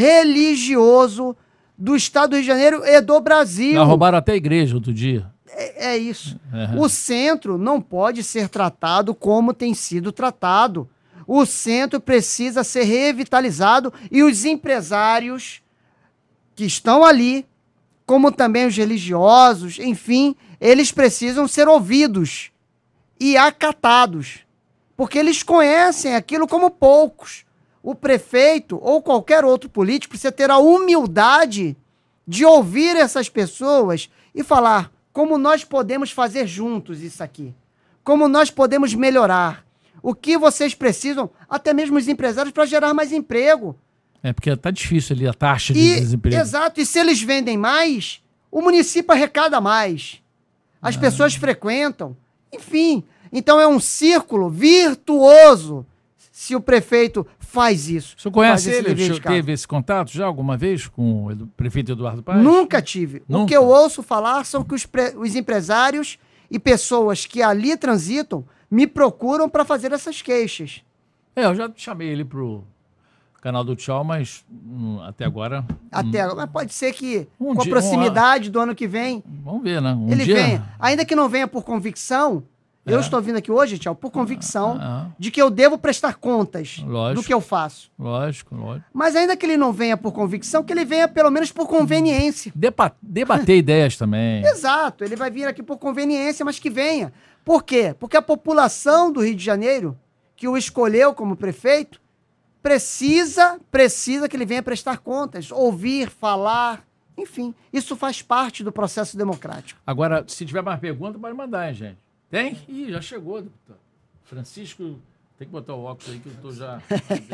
religioso do estado do Rio de Janeiro e do Brasil. Já roubaram até a igreja outro dia. É isso. O centro não pode ser tratado como tem sido tratado. O centro precisa ser revitalizado e os empresários que estão ali, como também os religiosos, enfim, eles precisam ser ouvidos e acatados, porque eles conhecem aquilo como poucos. O prefeito ou qualquer outro político precisa ter a humildade de ouvir essas pessoas e falar como nós podemos fazer juntos isso aqui, como nós podemos melhorar, o que vocês precisam, até mesmo os empresários, para gerar mais emprego. Porque tá difícil ali a taxa de desemprego. Exato, e se eles vendem mais, o município arrecada mais. As pessoas frequentam. Enfim, então é um círculo virtuoso se o prefeito faz isso. O senhor conhece ele? O senhor teve esse contato já alguma vez com o prefeito Eduardo Paes? Nunca tive. Nunca. O que eu ouço falar são que os empresários e pessoas que ali transitam me procuram para fazer essas queixas. Eu já chamei ele pro canal do Tchau, mas até agora... Mas pode ser que com a proximidade do ano que vem... Vamos ver, né? Ele venha. Ainda que não venha por convicção, Eu estou vindo aqui hoje, Tchau, por convicção de que eu devo prestar contas do que eu faço. Lógico. Mas ainda que ele não venha por convicção, que ele venha pelo menos por conveniência. Debater ideias também. Exato, ele vai vir aqui por conveniência, mas que venha. Por quê? Porque a população do Rio de Janeiro, que o escolheu como prefeito, precisa que ele venha prestar contas, ouvir, falar, enfim. Isso faz parte do processo democrático. Agora, se tiver mais perguntas, pode mandar, hein, gente? Tem? Ih, já chegou, deputado. Francisco, tem que botar o óculos aí que eu tô já...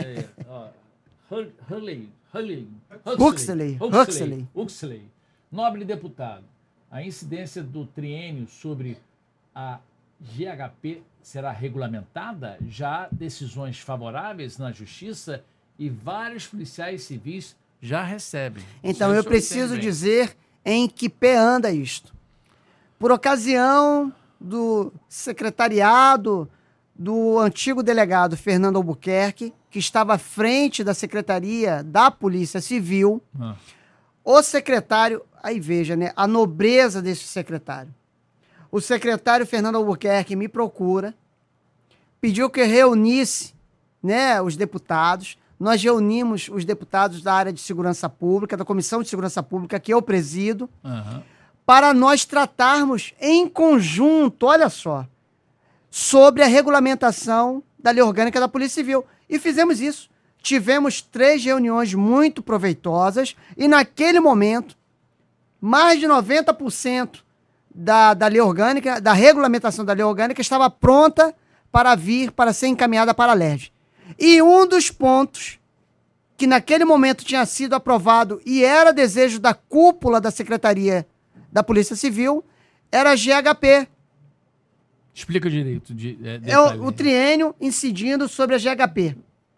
Huxley. Nobre deputado, a incidência do triênio sobre a GHP será regulamentada? Já há decisões favoráveis na justiça e vários policiais civis já recebem. Então, eu preciso dizer em que pé anda isto. Por ocasião do secretariado do antigo delegado Fernando Albuquerque, que estava à frente da Secretaria da Polícia Civil, o secretário, aí veja, né, a nobreza desse secretário. O secretário Fernando Albuquerque me procura, pediu que eu reunisse, né, os deputados. Nós reunimos os deputados da área de segurança pública, da Comissão de Segurança Pública, que eu presido, para nós tratarmos em conjunto, olha só, sobre a regulamentação da lei orgânica da Polícia Civil. E fizemos isso. Tivemos 3 reuniões muito proveitosas e, naquele momento, mais de 90% da lei orgânica, da regulamentação da lei orgânica, estava pronta para ser encaminhada para a LERJ. E um dos pontos que naquele momento tinha sido aprovado e era desejo da cúpula da Secretaria da Polícia Civil era a GHP. Explica direito. O triênio incidindo sobre a GHP.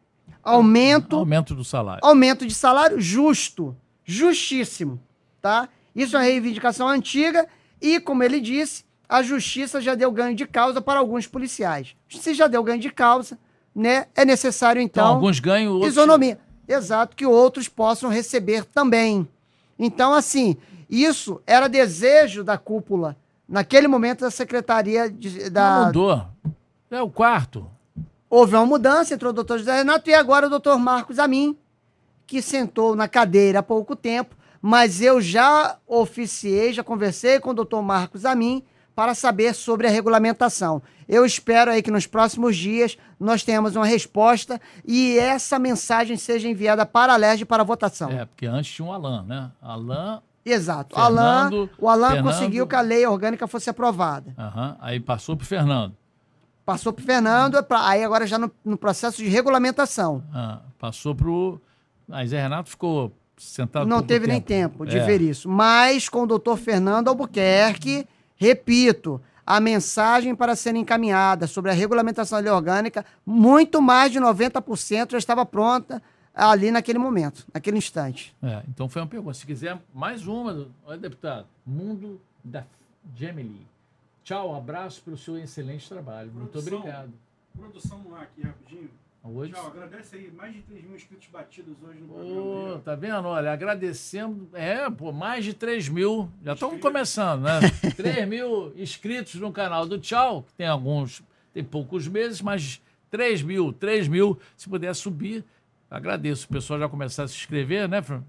Aumento do salário. Aumento de salário justo. Justíssimo. Tá? Isso é uma reivindicação antiga e, como ele disse, a justiça já deu ganho de causa para alguns policiais. Se já deu ganho de causa, né, é necessário, então alguns ganham, outros... isonomia. Exato, que outros possam receber também. Então, assim, isso era desejo da cúpula, naquele momento, da Secretaria Não mudou. É o quarto. Houve uma mudança, entrou o doutor José Renato e agora o doutor Marcos Amin, que sentou na cadeira há pouco tempo, mas eu já oficiei, já conversei com o doutor Marcos Amin para saber sobre a regulamentação. Eu espero aí que nos próximos dias nós tenhamos uma resposta e essa mensagem seja enviada para a LERJ para votação. Porque antes tinha um Alan, né? Exato. O Alan Fernando... conseguiu que a lei orgânica fosse aprovada. Aí passou para o Fernando. Passou para o Fernando, aí agora já no processo de regulamentação. Passou para o... Aí Zé Renato ficou sentado Não teve nem tempo de ver isso. Mas com o doutor Fernando Albuquerque, repito, a mensagem para ser encaminhada sobre a regulamentação da lei orgânica, muito mais de 90% já estava pronta ali naquele momento, naquele instante. Então foi uma pergunta. Se quiser mais uma, olha, deputado, Mundo da Gemily. Tchau, abraço pelo seu excelente trabalho. Muito obrigado. Produção no ar aqui, rapidinho. Hoje? Tchau, agradece aí. Mais de 3 mil inscritos batidos hoje no programa. Tá vendo? Olha, agradecemos. Mais de 3 mil. Já estamos começando, né? 3 mil inscritos no canal do Tchau. Tem poucos meses, mas 3 mil. Se puder subir, agradeço. O pessoal já começar a se inscrever, né, Fran?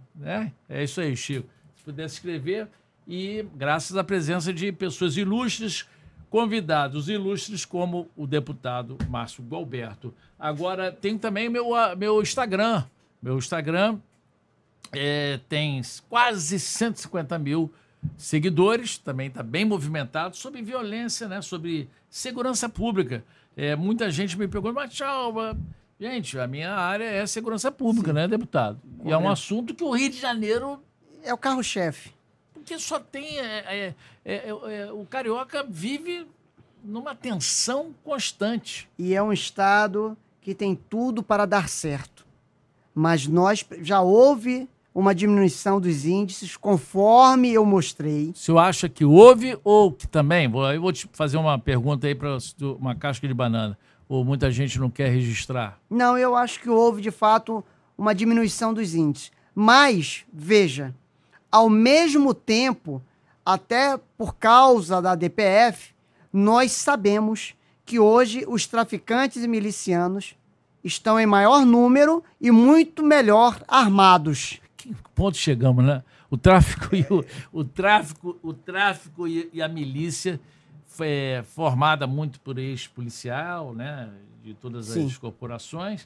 É isso aí, Chico. Se puder se inscrever. E graças à presença de pessoas ilustres, convidados ilustres como o deputado Márcio Gualberto. Agora, tem também meu Instagram. Meu Instagram tem quase 150 mil seguidores, também está bem movimentado, sobre violência, né? Sobre segurança pública. Muita gente me pergunta, mas tchau, gente, a minha área é segurança pública, né, deputado? E é um assunto que o Rio de Janeiro... É o carro-chefe. Porque só tem... o carioca vive numa tensão constante. E é um estado que tem tudo para dar certo. Mas já houve uma diminuição dos índices, conforme eu mostrei. O senhor acha que houve ou que também... Eu vou te fazer uma pergunta aí para uma casca de banana. Ou muita gente não quer registrar? Não, eu acho que houve, de fato, uma diminuição dos índices. Mas, veja... Ao mesmo tempo, até por causa da DPF, nós sabemos que hoje os traficantes e milicianos estão em maior número e muito melhor armados. Que ponto chegamos, né? O tráfico e a milícia foi formada muito por ex-policial, né? De todas Sim. as corporações.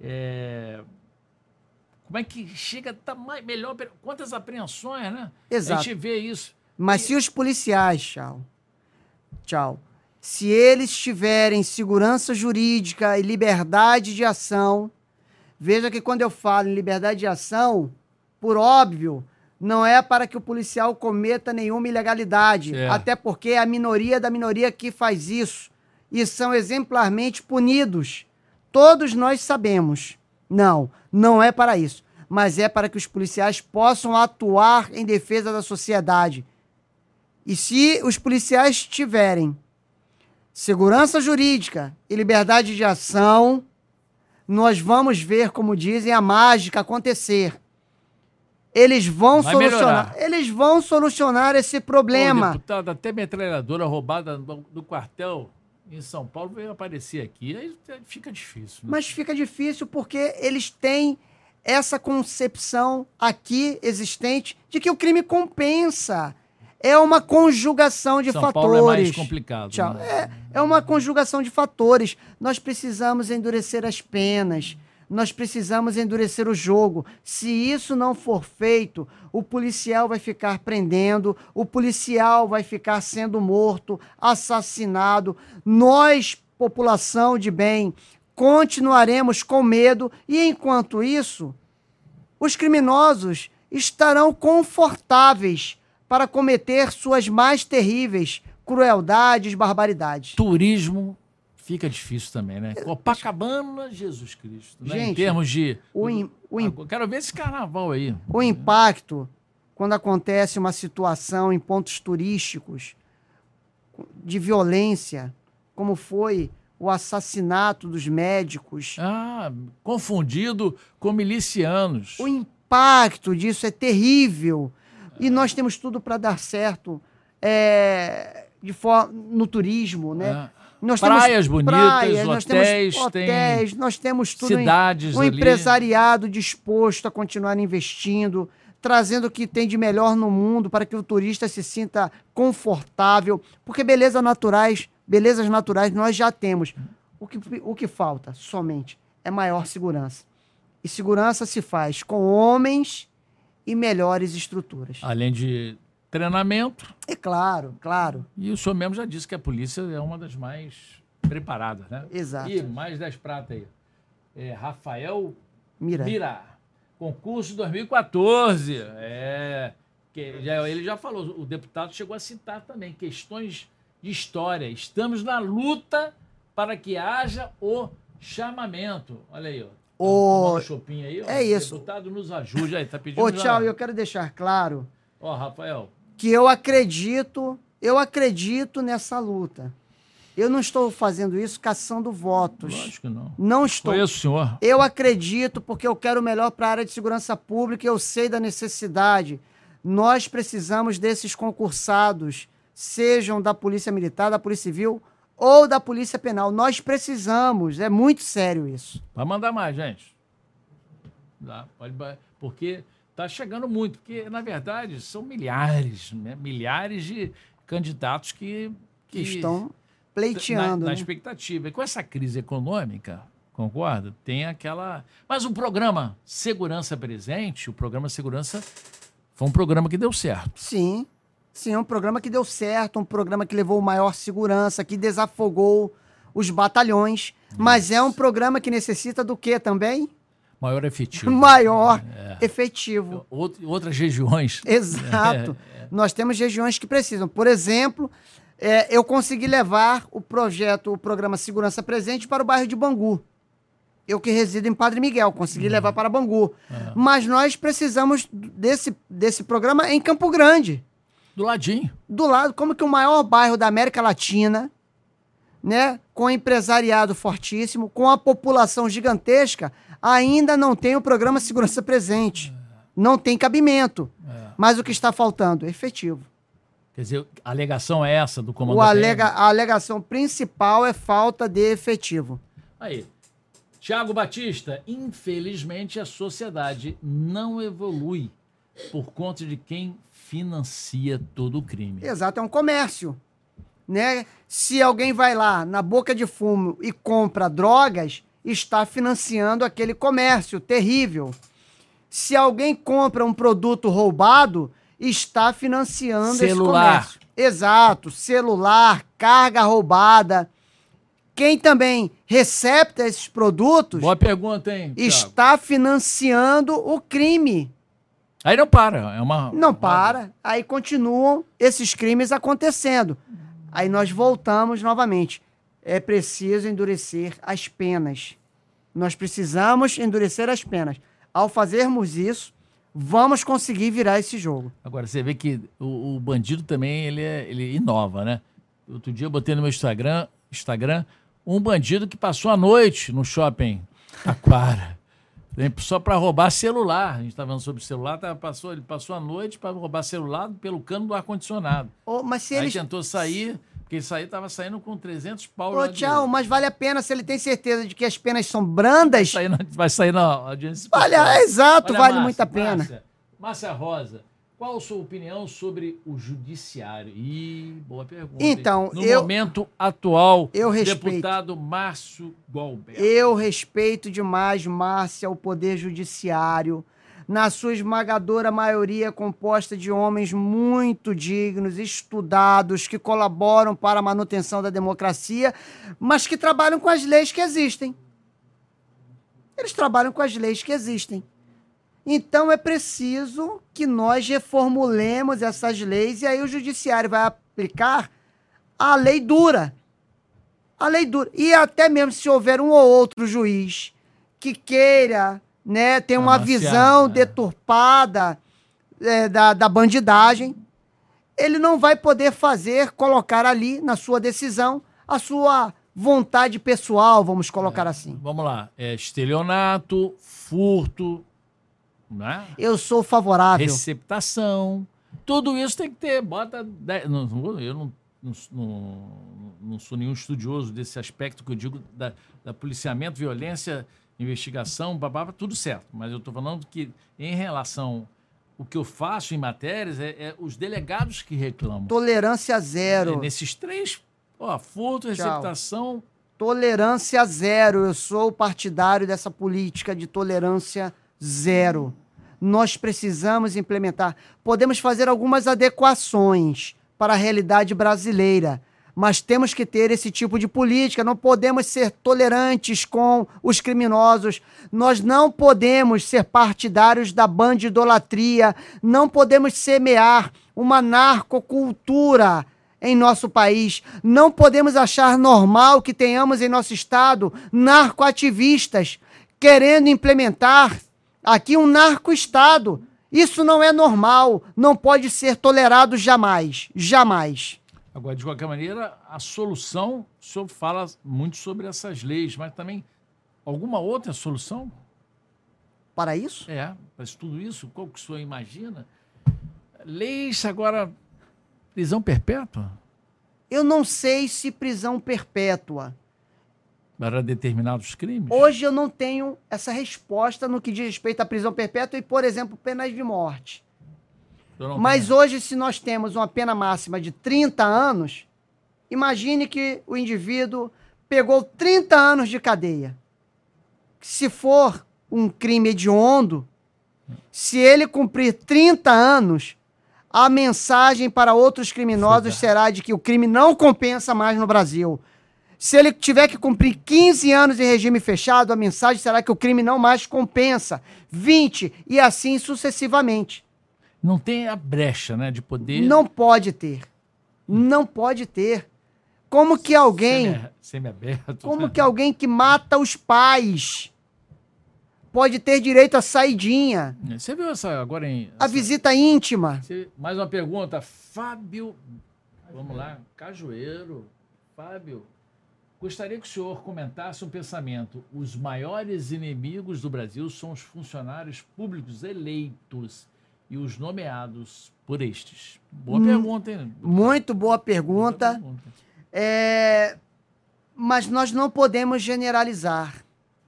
Como é que chega a estar melhor? Quantas apreensões, né? Exato. A gente vê isso. Mas se os policiais, se eles tiverem segurança jurídica e liberdade de ação, veja que quando eu falo em liberdade de ação, por óbvio, não é para que o policial cometa nenhuma ilegalidade, até porque é a minoria da minoria que faz isso e são exemplarmente punidos. Todos nós sabemos. Não é para isso, mas é para que os policiais possam atuar em defesa da sociedade. E se os policiais tiverem segurança jurídica e liberdade de ação, nós vamos ver, como dizem, a mágica acontecer. Eles vão solucionar esse problema. Ô, deputado, até metralhadora roubada do quartel em São Paulo veio aparecer aqui. Aí fica difícil. Né? Mas fica difícil porque eles têm essa concepção aqui existente de que o crime compensa. É uma conjugação de fatores. São Paulo é mais complicado. Né? É uma conjugação de fatores. Nós precisamos endurecer as penas. Nós precisamos endurecer o jogo. Se isso não for feito, o policial vai ficar prendendo, o policial vai ficar sendo morto, assassinado. Nós, população de bem, continuaremos com medo e, enquanto isso, os criminosos estarão confortáveis para cometer suas mais terríveis crueldades, barbaridades. Turismo fica difícil também, né? Copacabana, Jesus Cristo. Né? Gente, em termos de... quero ver esse carnaval aí. O impacto, quando acontece uma situação em pontos turísticos de violência, como foi o assassinato dos médicos. Confundido com milicianos. O impacto disso é terrível. E nós temos tudo para dar certo no turismo, né? Nós praias temos bonitas, hotéis, nós temos tudo. Cidades um empresariado disposto a continuar investindo, trazendo o que tem de melhor no mundo para que o turista se sinta confortável, porque belezas naturais nós já temos. O que falta somente é maior segurança. E segurança se faz com homens e melhores estruturas. Além de treinamento. É claro. E o senhor mesmo já disse que a polícia é uma das mais preparadas, né? Exato. E mais 10 pratas aí. Rafael Mira. Concurso 2014. Ele já falou, o deputado chegou a citar também questões de história. Estamos na luta para que haja o chamamento. Olha aí, ó. Chopinho aí, ó. É isso. O deputado nos ajude aí, tá pedindo. Tchau, eu quero deixar claro. Rafael. Que eu acredito nessa luta. Eu não estou fazendo isso caçando votos. Lógico que não. Não estou. Conheço o senhor. Eu acredito porque eu quero o melhor para a área de segurança pública e eu sei da necessidade. Nós precisamos desses concursados, sejam da Polícia Militar, da Polícia Civil ou da Polícia Penal. Nós precisamos. É muito sério isso. Vai mandar mais, gente. Porque está chegando muito. Porque, na verdade, são milhares, né? Milhares de candidatos que estão pleiteando. Na expectativa. E com essa crise econômica, concorda? Tem aquela... Mas o programa Segurança Presente, o programa Segurança, foi um programa que deu certo. Sim, é um programa que deu certo, um programa que levou maior segurança, que desafogou os batalhões, mas é um programa que necessita do quê também? Maior efetivo. Efetivo. Outras regiões. Exato. Nós temos regiões que precisam. Por exemplo, eu consegui levar o programa Segurança Presente para o bairro de Bangu. Eu que resido em Padre Miguel, consegui levar para Bangu. Mas nós precisamos desse programa em Campo Grande. Do ladinho. Do lado, como que o maior bairro da América Latina, né, com empresariado fortíssimo, com a população gigantesca, ainda não tem o programa Segurança Presente. Não tem cabimento. Mas o que está faltando? Efetivo. Quer dizer, a alegação é essa do comando A alegação principal é falta de efetivo. Aí, Tiago Batista, infelizmente a sociedade não evolui por conta de quem financia todo o crime. Exato, é um comércio, né? Se alguém vai lá na boca de fumo e compra drogas, está financiando aquele comércio terrível. Se alguém compra um produto roubado, está financiando esse comércio. Exato, celular, carga roubada. Quem também recepta esses produtos... Boa pergunta, hein, Thiago? Está financiando o crime. Aí não para. Não para. Aí continuam esses crimes acontecendo. Aí nós voltamos novamente. É preciso endurecer as penas. Nós precisamos endurecer as penas. Ao fazermos isso, vamos conseguir virar esse jogo. Agora, você vê que o bandido também, ele inova, né? Outro dia eu botei no meu Instagram um bandido que passou a noite no shopping Taquara. Só para roubar celular. A gente está falando sobre celular, ele passou a noite para roubar celular pelo cano do ar-condicionado. Mas se Aí tentou sair, porque ele estava saindo com 300 pau. Mas vale a pena se ele tem certeza de que as penas são brandas. Vai sair na audiência. Exato, vale muito a pena. Márcia Rosa, qual a sua opinião sobre o judiciário? Boa pergunta. Então, no momento atual, eu respeito. Deputado Márcio Goldberg. Eu respeito demais, Márcia, o Poder Judiciário, na sua esmagadora maioria composta de homens muito dignos, estudados, que colaboram para a manutenção da democracia, mas que trabalham com as leis que existem. Eles trabalham com as leis que existem. Então é preciso que nós reformulemos essas leis e aí o judiciário vai aplicar a lei dura. A lei dura. E até mesmo se houver um ou outro juiz que queira, né, ter uma visão deturpada da bandidagem, ele não vai poder colocar ali na sua decisão a sua vontade pessoal, vamos colocar assim. Vamos lá. Estelionato, furto... Né? Eu sou favorável. Receptação. Tudo isso tem que ter. Eu não sou nenhum estudioso desse aspecto que eu digo da policiamento, violência, investigação, babá, tudo certo. Mas eu estou falando que, em relação o que eu faço em matérias, é os delegados que reclamam. Tolerância zero. Nesses três, furto, receptação. Tolerância zero. Eu sou partidário dessa política de tolerância zero. Nós precisamos implementar. Podemos fazer algumas adequações para a realidade brasileira, mas temos que ter esse tipo de política. Não podemos ser tolerantes com os criminosos. Nós não podemos ser partidários da bandidolatria. Não podemos semear uma narcocultura em nosso país. Não podemos achar normal que tenhamos em nosso estado narcoativistas querendo implementar aqui um narco-estado. Isso não é normal, não pode ser tolerado jamais, jamais. Agora, de qualquer maneira, a solução, o senhor fala muito sobre essas leis, mas também alguma outra solução? Para isso? Para tudo isso, qual que o senhor imagina? Leis agora, prisão perpétua? Eu não sei se prisão perpétua. Para determinados crimes? Hoje eu não tenho essa resposta no que diz respeito à prisão perpétua e, por exemplo, penas de morte. Mas hoje, se nós temos uma pena máxima de 30 anos, imagine que o indivíduo pegou 30 anos de cadeia. Se for um crime hediondo, se ele cumprir 30 anos, a mensagem para outros criminosos será de que o crime não compensa mais no Brasil. Se ele tiver que cumprir 15 anos em regime fechado, a mensagem será que o crime não mais compensa. 20 e assim sucessivamente. Não tem a brecha, né, de poder... Não pode ter. Não pode ter. Como que alguém... Semi-aberto. Como que alguém que mata os pais pode ter direito à saidinha? Você viu essa agora em... A visita íntima. Mais uma pergunta. Fábio... Vamos lá. Cajueiro. Fábio... Gostaria que o senhor comentasse um pensamento. Os maiores inimigos do Brasil são os funcionários públicos eleitos. e os nomeados por estes? Boa pergunta, hein? Muito boa pergunta. Boa pergunta. Mas nós não podemos generalizar.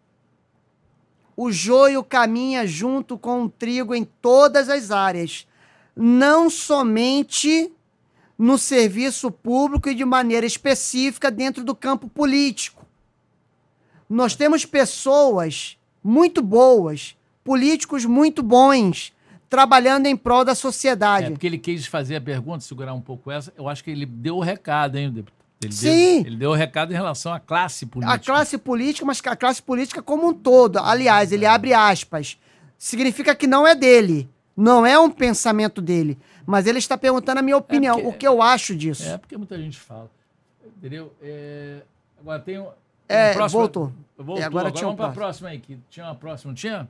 O joio caminha junto com o trigo em todas as áreas, não somente no serviço público e de maneira específica dentro do campo político. Nós temos pessoas muito boas, políticos muito bons, trabalhando em prol da sociedade. Porque ele quis fazer a pergunta, segurar um pouco essa, eu acho que ele deu o recado, hein, deputado? Sim. Ele deu o recado em relação à classe política. A classe política, mas a classe política como um todo. Aliás, ele abre aspas. Significa que não é dele. Não é um pensamento dele. Mas ele está perguntando a minha opinião, o que eu acho disso. Porque muita gente fala. Entendeu? Agora tem um próximo. Voltou. Agora vamos para a próxima aí. Que tinha uma próxima, não tinha?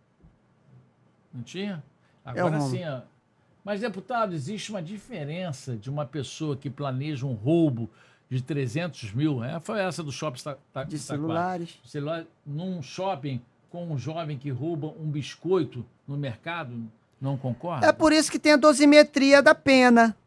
Não tinha? Agora sim, ó. Mas, deputado, existe uma diferença de uma pessoa que planeja um roubo de 300 mil, foi essa do shopping de celulares. Celular, num shopping com um jovem que rouba um biscoito no mercado, não concorda? É por isso que tem a dosimetria da pena.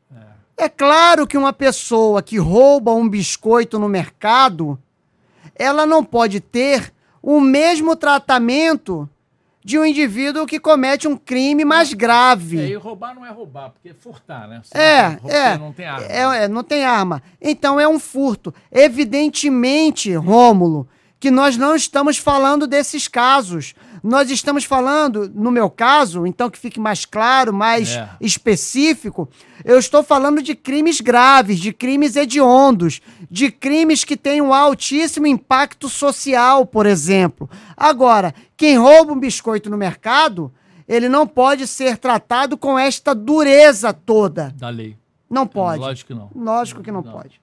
É claro que uma pessoa que rouba um biscoito no mercado, ela não pode ter o mesmo tratamento de um indivíduo que comete um crime mais grave. E roubar não é roubar, porque é furtar, né? Não tem arma. Não tem arma. Então é um furto. Evidentemente, Rômulo, que nós não estamos falando desses casos. Nós estamos falando, no meu caso, então que fique mais claro, mais específico, eu estou falando de crimes graves, de crimes hediondos, de crimes que têm um altíssimo impacto social, por exemplo. Agora, quem rouba um biscoito no mercado, ele não pode ser tratado com esta dureza toda. Da lei. Não pode. Lógico que não. Lógico que não pode.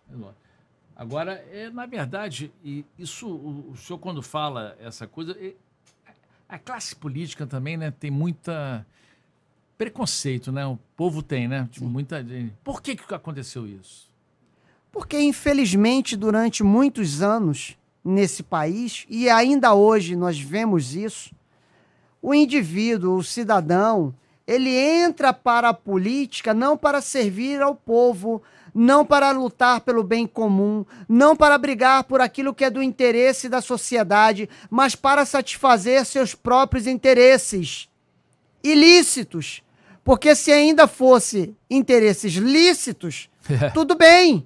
Agora, na verdade, isso, o senhor quando fala essa coisa, a classe política também, né, tem muita preconceito, né? O povo tem, né? Tipo, muita gente. Por que aconteceu isso? Porque, infelizmente, durante muitos anos nesse país, e ainda hoje nós vemos isso, o indivíduo, o cidadão, ele entra para a política não para servir ao povo, não para lutar pelo bem comum, não para brigar por aquilo que é do interesse da sociedade, mas para satisfazer seus próprios interesses ilícitos. Porque se ainda fosse interesses lícitos, tudo bem.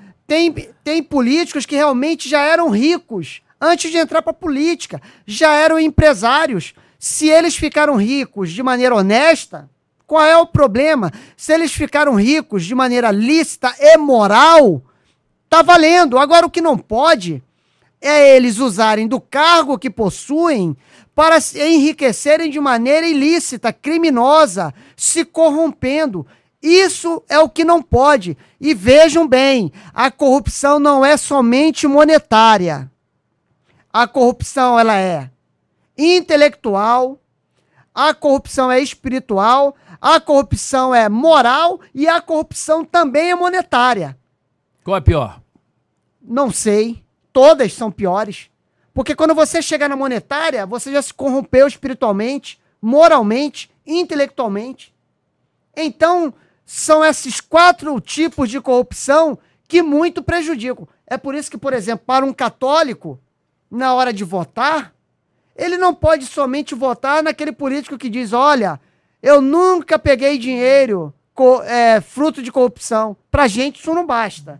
Tem políticos que realmente já eram ricos antes de entrar para a política, já eram empresários. Se eles ficaram ricos de maneira honesta, qual é o problema? Se eles ficaram ricos de maneira lícita e moral, tá valendo. Agora, o que não pode é eles usarem do cargo que possuem para se enriquecerem de maneira ilícita, criminosa, se corrompendo. Isso é o que não pode. E vejam bem, a corrupção não é somente monetária. A corrupção, ela é intelectual, a corrupção é espiritual, a corrupção é moral e a corrupção também é monetária. Qual é pior? Não sei. Todas são piores. Porque quando você chega na monetária, você já se corrompeu espiritualmente, moralmente, intelectualmente. Então, são esses 4 tipos de corrupção que muito prejudicam. É por isso que, por exemplo, para um católico, na hora de votar, ele não pode somente votar naquele político que diz, olha, eu nunca peguei dinheiro fruto de corrupção. Pra gente isso não basta.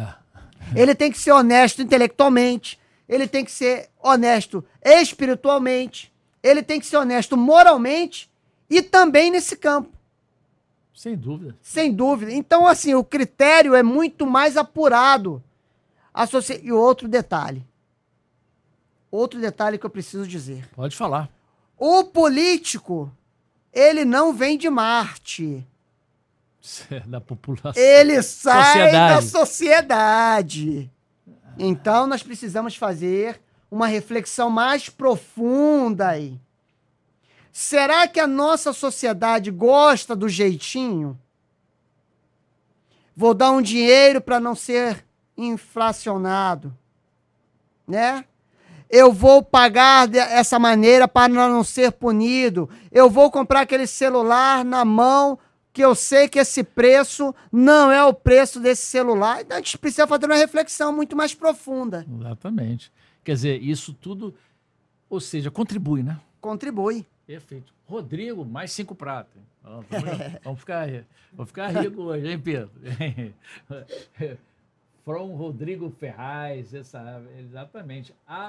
Ele tem que ser honesto intelectualmente, ele tem que ser honesto espiritualmente, ele tem que ser honesto moralmente e também nesse campo. Sem dúvida. Sem dúvida. Então, assim, o critério é muito mais apurado. E outro detalhe que eu preciso dizer. Pode falar. O político, ele não vem de Marte. Da população. Ele sai da sociedade. Então, nós precisamos fazer uma reflexão mais profunda aí. Será que a nossa sociedade gosta do jeitinho? Vou dar um dinheiro para não ser inflacionado, né? eu vou pagar dessa maneira para não ser punido, eu vou comprar aquele celular na mão que eu sei que esse preço não é o preço desse celular. Então a gente precisa fazer uma reflexão muito mais profunda. Exatamente. Quer dizer, isso tudo, ou seja, contribui, né? Contribui. Perfeito. Rodrigo, mais 5 pratos. Vamos ficar rico hoje, hein, Pedro? From Rodrigo Ferraz, exatamente. A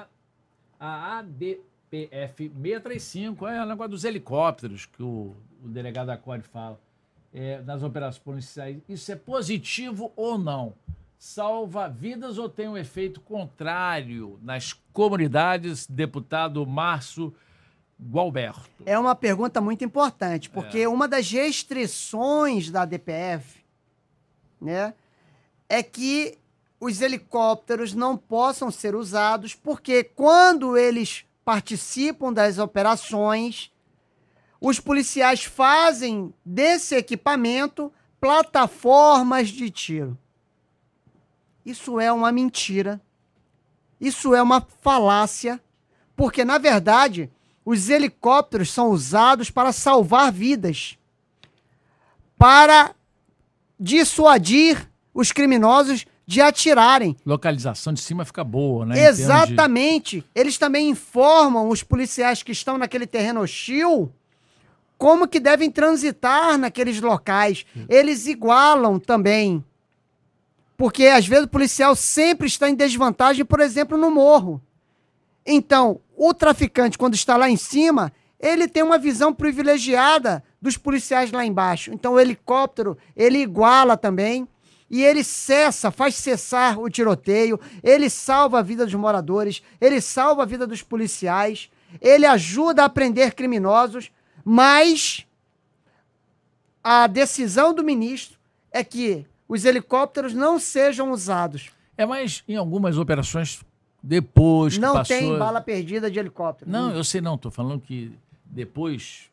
ADPF 635 é o negócio dos helicópteros que o delegado Acorde fala. Nas operações policiais, isso é positivo ou não? Salva vidas ou tem um efeito contrário nas comunidades, deputado Márcio Gualberto? É uma pergunta muito importante, porque uma das restrições da DPF, né, é que os helicópteros não possam ser usados, porque quando eles participam das operações, os policiais fazem desse equipamento plataformas de tiro. Isso é uma mentira. Isso é uma falácia, porque, na verdade, os helicópteros são usados para salvar vidas, para dissuadir os criminosos de atirarem. Localização de cima fica boa, né? Exatamente. Eles também informam os policiais que estão naquele terreno hostil como que devem transitar naqueles locais. Eles igualam também. Porque, às vezes, o policial sempre está em desvantagem, por exemplo, no morro. Então, o traficante, quando está lá em cima, ele tem uma visão privilegiada dos policiais lá embaixo. Então, o helicóptero, ele iguala também. E ele faz cessar o tiroteio, ele salva a vida dos moradores, ele salva a vida dos policiais, ele ajuda a prender criminosos, mas a decisão do ministro é que os helicópteros não sejam usados. Mas em algumas operações, depois que não passou... tem bala perdida de helicóptero. Não, eu sei não, estou falando que depois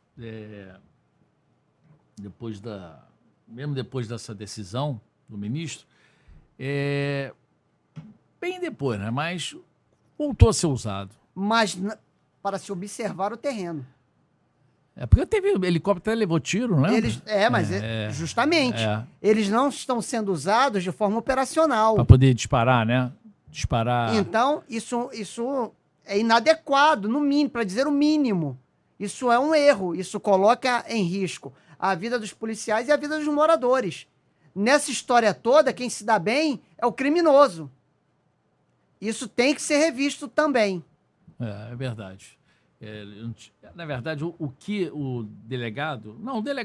mesmo depois dessa decisão do ministro, bem depois, né? Mas voltou a ser usado. Mas para se observar o terreno. Porque teve helicóptero até levou tiro, né? Justamente. Eles não estão sendo usados de forma operacional. Para poder disparar, né? Então, isso é inadequado, no mínimo, para dizer o mínimo. Isso é um erro. Isso coloca em risco a vida dos policiais e a vida dos moradores. Nessa história toda, quem se dá bem é o criminoso. Isso tem que ser revisto também. É verdade. Na verdade, o que o delegado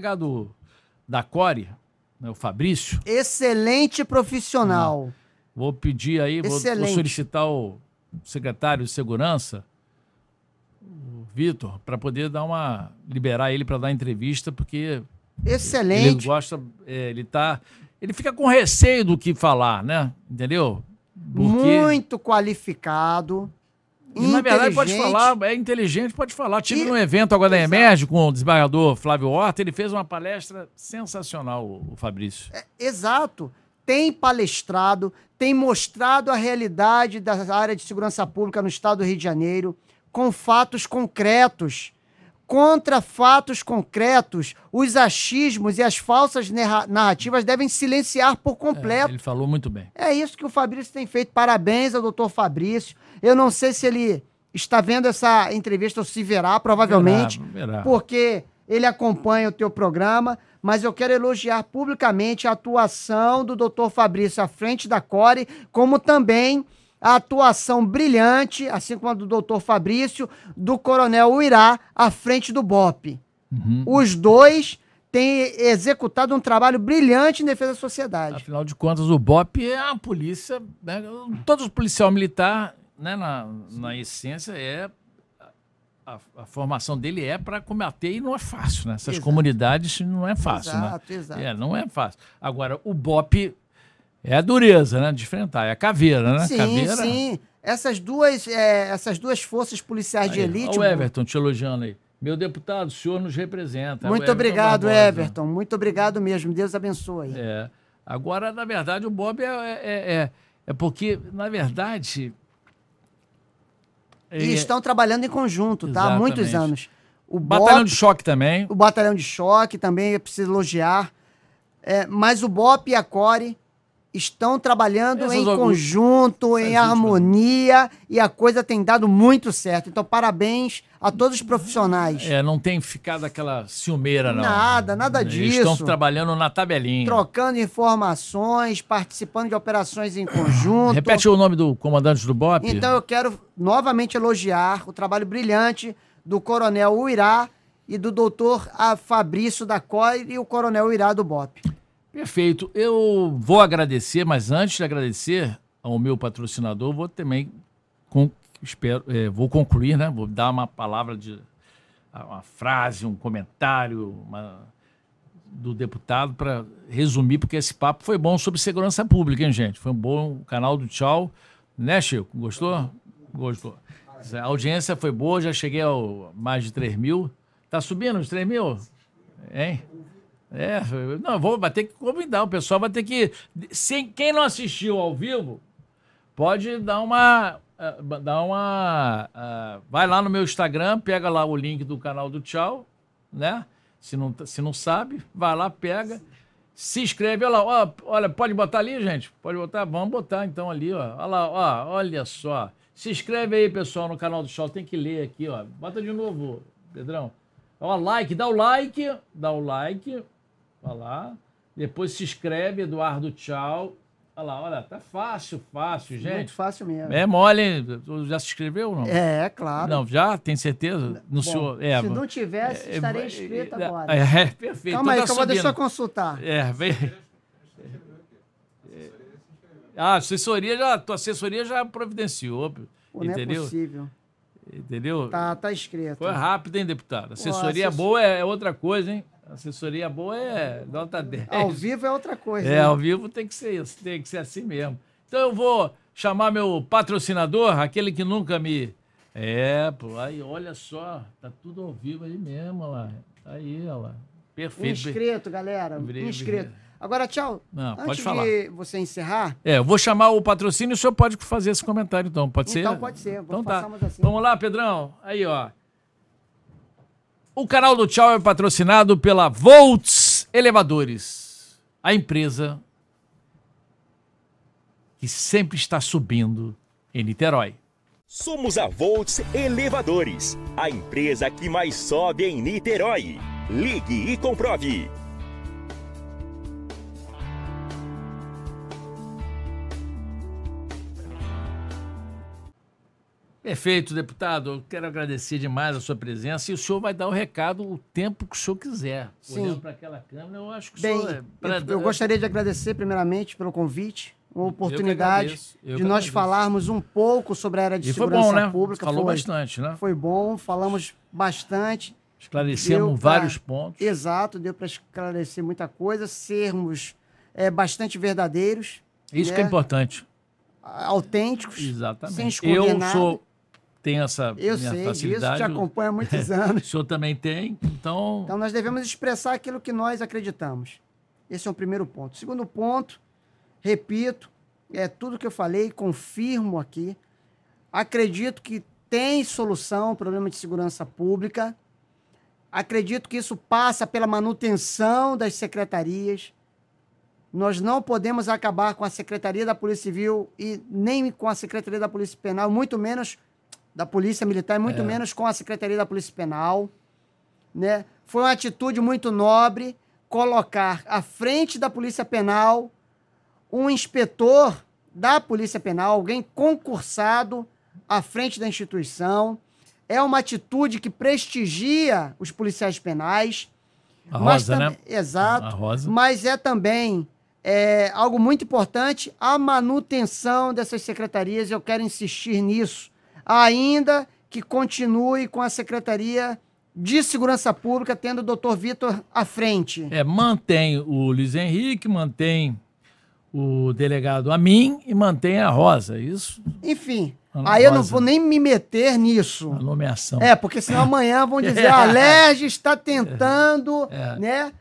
da CORE, né, o Fabrício... Excelente profissional. Vou pedir aí, vou solicitar o secretário de Segurança, o Vitor, para poder liberar ele para dar entrevista, porque... Excelente. Ele gosta, ele fica com receio do que falar, né? Entendeu? Muito qualificado. E, na verdade, pode falar, é inteligente, pode falar. Tive num evento agora da Emerge com o desembargador Flávio Horta, ele fez uma palestra sensacional, o Fabrício. Exato. Tem palestrado, tem mostrado a realidade da área de segurança pública no estado do Rio de Janeiro, com fatos concretos. Contra fatos concretos, os achismos e as falsas narrativas devem silenciar por completo. Ele falou muito bem. É isso que o Fabrício tem feito. Parabéns ao doutor Fabrício. Eu não sei se ele está vendo essa entrevista ou se verá, provavelmente, verá. Porque ele acompanha o teu programa, mas eu quero elogiar publicamente a atuação do doutor Fabrício à frente da CORE, como também a atuação brilhante, assim como a do doutor Fabrício, do coronel Uirá, à frente do BOPE. Os dois têm executado um trabalho brilhante em defesa da sociedade. Afinal de contas, o BOPE é a polícia, né? Todo policial militar, né, na essência, a formação dele é para combater e não é fácil, né? Essas comunidades não é fácil, né? Exato. Não é fácil. Agora, o BOPE... é a dureza, né? De enfrentar. É a caveira, né? Sim. Essas duas forças policiais de elite... Olha o Everton te elogiando aí. Meu deputado, o senhor nos representa. Muito obrigado, Everton. Muito obrigado mesmo. Deus abençoe. Agora, na verdade, o Bob é porque, na verdade, E estão trabalhando em conjunto, tá? Há muitos Exatamente. anos. O Batalhão BOP, de choque também. o Batalhão de Choque também é preciso elogiar. Mas o BOP e a CORE estão trabalhando Essas em algumas- conjunto, essas em últimas- harmonia, e a coisa tem dado muito certo. Então, parabéns a todos os profissionais. Não tem ficado aquela ciumeira, não. Nada Eles disso. estão trabalhando na tabelinha. Trocando informações, participando de operações em conjunto. Repete o nome do comandante do BOP. Então eu quero novamente elogiar o trabalho brilhante do Coronel Uirá e do doutor Fabrício da COI e o Coronel Uirá do BOP. Perfeito. Eu vou agradecer, mas antes de agradecer ao meu patrocinador, vou também vou concluir, né? Vou dar uma palavra uma frase, um comentário do deputado para resumir, porque esse papo foi bom sobre segurança pública, hein, gente? Foi um bom canal do Tchau, né, Chico? Gostou? Gostou. A audiência foi boa, já cheguei a mais de 3 mil. Tá subindo os 3 mil? Hein? Não, vou ter que convidar, o pessoal vai ter que... Quem não assistiu ao vivo, pode dar uma... vai lá no meu Instagram, pega lá o link do canal do Tchau, né? Se não sabe, vai lá, pega, se inscreve, olha lá, olha, pode botar ali, gente? Pode botar? Vamos botar então ali, ó. Olha lá, ó, olha só. Se inscreve aí, pessoal, no canal do Tchau, tem que ler aqui, ó. Bota de novo, Pedrão. Ó, dá o like, olha lá. Depois se inscreve, Eduardo Tchau. Olha lá, olha, tá fácil, gente. Muito fácil mesmo. É mole, hein? Tu já se inscreveu ou não? Claro. Não, já? Tem certeza? Bom, Senhor, se não tivesse, estarei inscrito agora. Perfeito. Calma aí, Então que eu vou deixar eu consultar. Tua assessoria já providenciou, Pô, entendeu? não é possível. Entendeu? Tá escrito. Foi rápido, hein, deputado? Assessoria boa é outra coisa, hein? Assessoria boa é nota 10. Ao vivo é outra coisa. Ao vivo tem que ser isso, tem que ser assim mesmo. Então eu vou chamar meu patrocinador, aquele que nunca me... aí olha só, tá tudo ao vivo aí mesmo, olha lá. Tá aí, olha lá. Perfeito. Inscrito, galera. Inscrito. Agora, Tchau. Não, antes pode falar. de você encerrar... Eu vou chamar o patrocínio e o senhor pode fazer esse comentário, então. Pode ser? Então pode ser. Então tá. Assim. Vamos lá, Pedrão. Aí, ó. O canal do Tchau é patrocinado pela Volts Elevadores, a empresa que sempre está subindo em Niterói. Somos a Volts Elevadores, a empresa que mais sobe em Niterói. Ligue e comprove. Perfeito, deputado. Eu quero agradecer demais a sua presença e o senhor vai dar o recado o tempo que o senhor quiser. Sim. Olhando para aquela câmera, eu acho que Bem, o senhor... eu gostaria de agradecer primeiramente pelo convite, uma oportunidade de nós falarmos um pouco sobre a área de segurança foi bom, né? pública. Falou bastante, né? Foi bom, falamos bastante. Esclarecemos vários pontos. Exato, deu para esclarecer muita coisa, sermos bastante verdadeiros. Isso, né? Que é importante. Autênticos. Exatamente. Sem esconder nada. Tenho essa minha facilidade. Disso, te acompanho há muitos anos. O senhor também tem, então... Então nós devemos expressar aquilo que nós acreditamos. Esse é o primeiro ponto. Segundo ponto, repito, tudo que eu falei, confirmo aqui. Acredito que tem solução o problema de segurança pública. Acredito que isso passa pela manutenção das secretarias. Nós não podemos acabar com a Secretaria da Polícia Civil e nem com a Secretaria da Polícia Penal, muito menos da Polícia Militar, muito menos com a Secretaria da Polícia Penal, né? Foi uma atitude muito nobre colocar à frente da Polícia Penal um inspetor da Polícia Penal, alguém concursado à frente da instituição. É uma atitude que prestigia os policiais penais. A Rosa, né? Exato. A Rosa. Mas é também algo muito importante, a manutenção dessas secretarias. Eu quero insistir nisso. Ainda que continue com a Secretaria de Segurança Pública, tendo o doutor Vitor à frente. Mantém o Luiz Henrique, mantém o delegado Amin e mantém a Rosa, isso? Enfim, aí eu não vou nem me meter nisso. A nomeação. Porque senão amanhã vão dizer, a Alerj está tentando, né,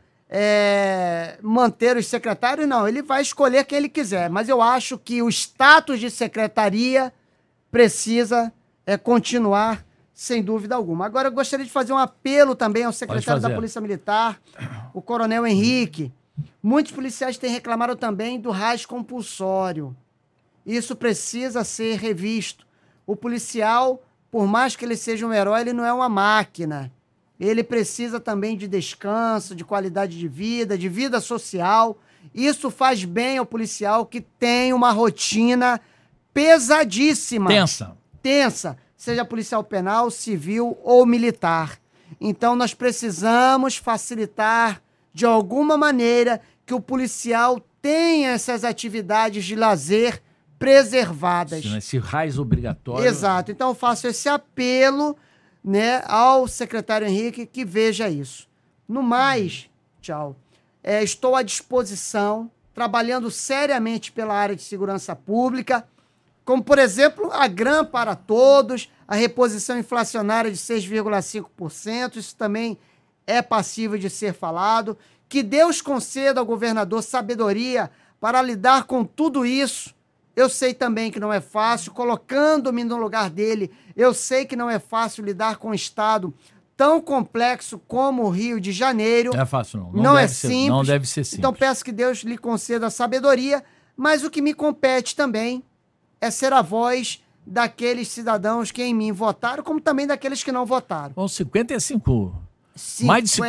manter os secretários. Não, ele vai escolher quem ele quiser, mas eu acho que o status de secretaria precisa continuar, sem dúvida alguma. Agora, eu gostaria de fazer um apelo também ao secretário da Polícia Militar, o Coronel Henrique. Muitos policiais têm reclamado também do RAS compulsório. Isso precisa ser revisto. O policial, por mais que ele seja um herói, ele não é uma máquina. Ele precisa também de descanso, de qualidade de vida social. Isso faz bem ao policial que tem uma rotina pesadíssima. Tensa, seja policial penal, civil ou militar. Então, nós precisamos facilitar, de alguma maneira, que o policial tenha essas atividades de lazer preservadas. Esse RAS obrigatório. Exato. Então, eu faço esse apelo, né, ao secretário Henrique que veja isso. No mais, tchau, estou à disposição, trabalhando seriamente pela área de segurança pública, como, por exemplo, a GRAM para todos, a reposição inflacionária de 6,5%, isso também é passível de ser falado. Que Deus conceda ao governador sabedoria para lidar com tudo isso. Eu sei também que não é fácil, colocando-me no lugar dele, eu sei que não é fácil lidar com um estado tão complexo como o Rio de Janeiro. Não é fácil, não. Não é simples. Não deve ser simples. Então peço que Deus lhe conceda a sabedoria, mas o que me compete também é ser a voz daqueles cidadãos que em mim votaram, como também daqueles que não votaram. Bom, 55... Mais de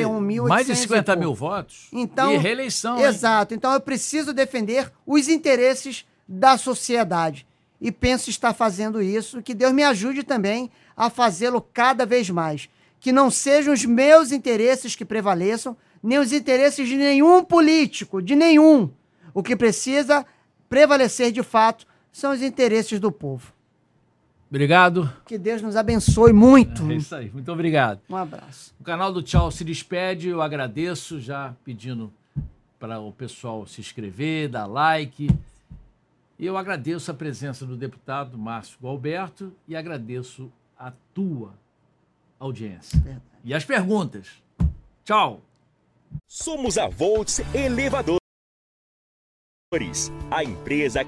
50 mil votos então, e reeleição. Exato. Então eu preciso defender os interesses da sociedade. E penso estar fazendo isso. Que Deus me ajude também a fazê-lo cada vez mais. Que não sejam os meus interesses que prevaleçam, nem os interesses de nenhum político, de nenhum. O que precisa prevalecer de fato são os interesses do povo. Obrigado. Que Deus nos abençoe muito. É isso aí, muito obrigado. Um abraço. O canal do Tchau se despede, eu agradeço, já pedindo para o pessoal se inscrever, dar like. E eu agradeço a presença do deputado Márcio Gualberto e agradeço a tua audiência. Verdade. E as perguntas. Tchau. Somos a Volts Elevadores, a empresa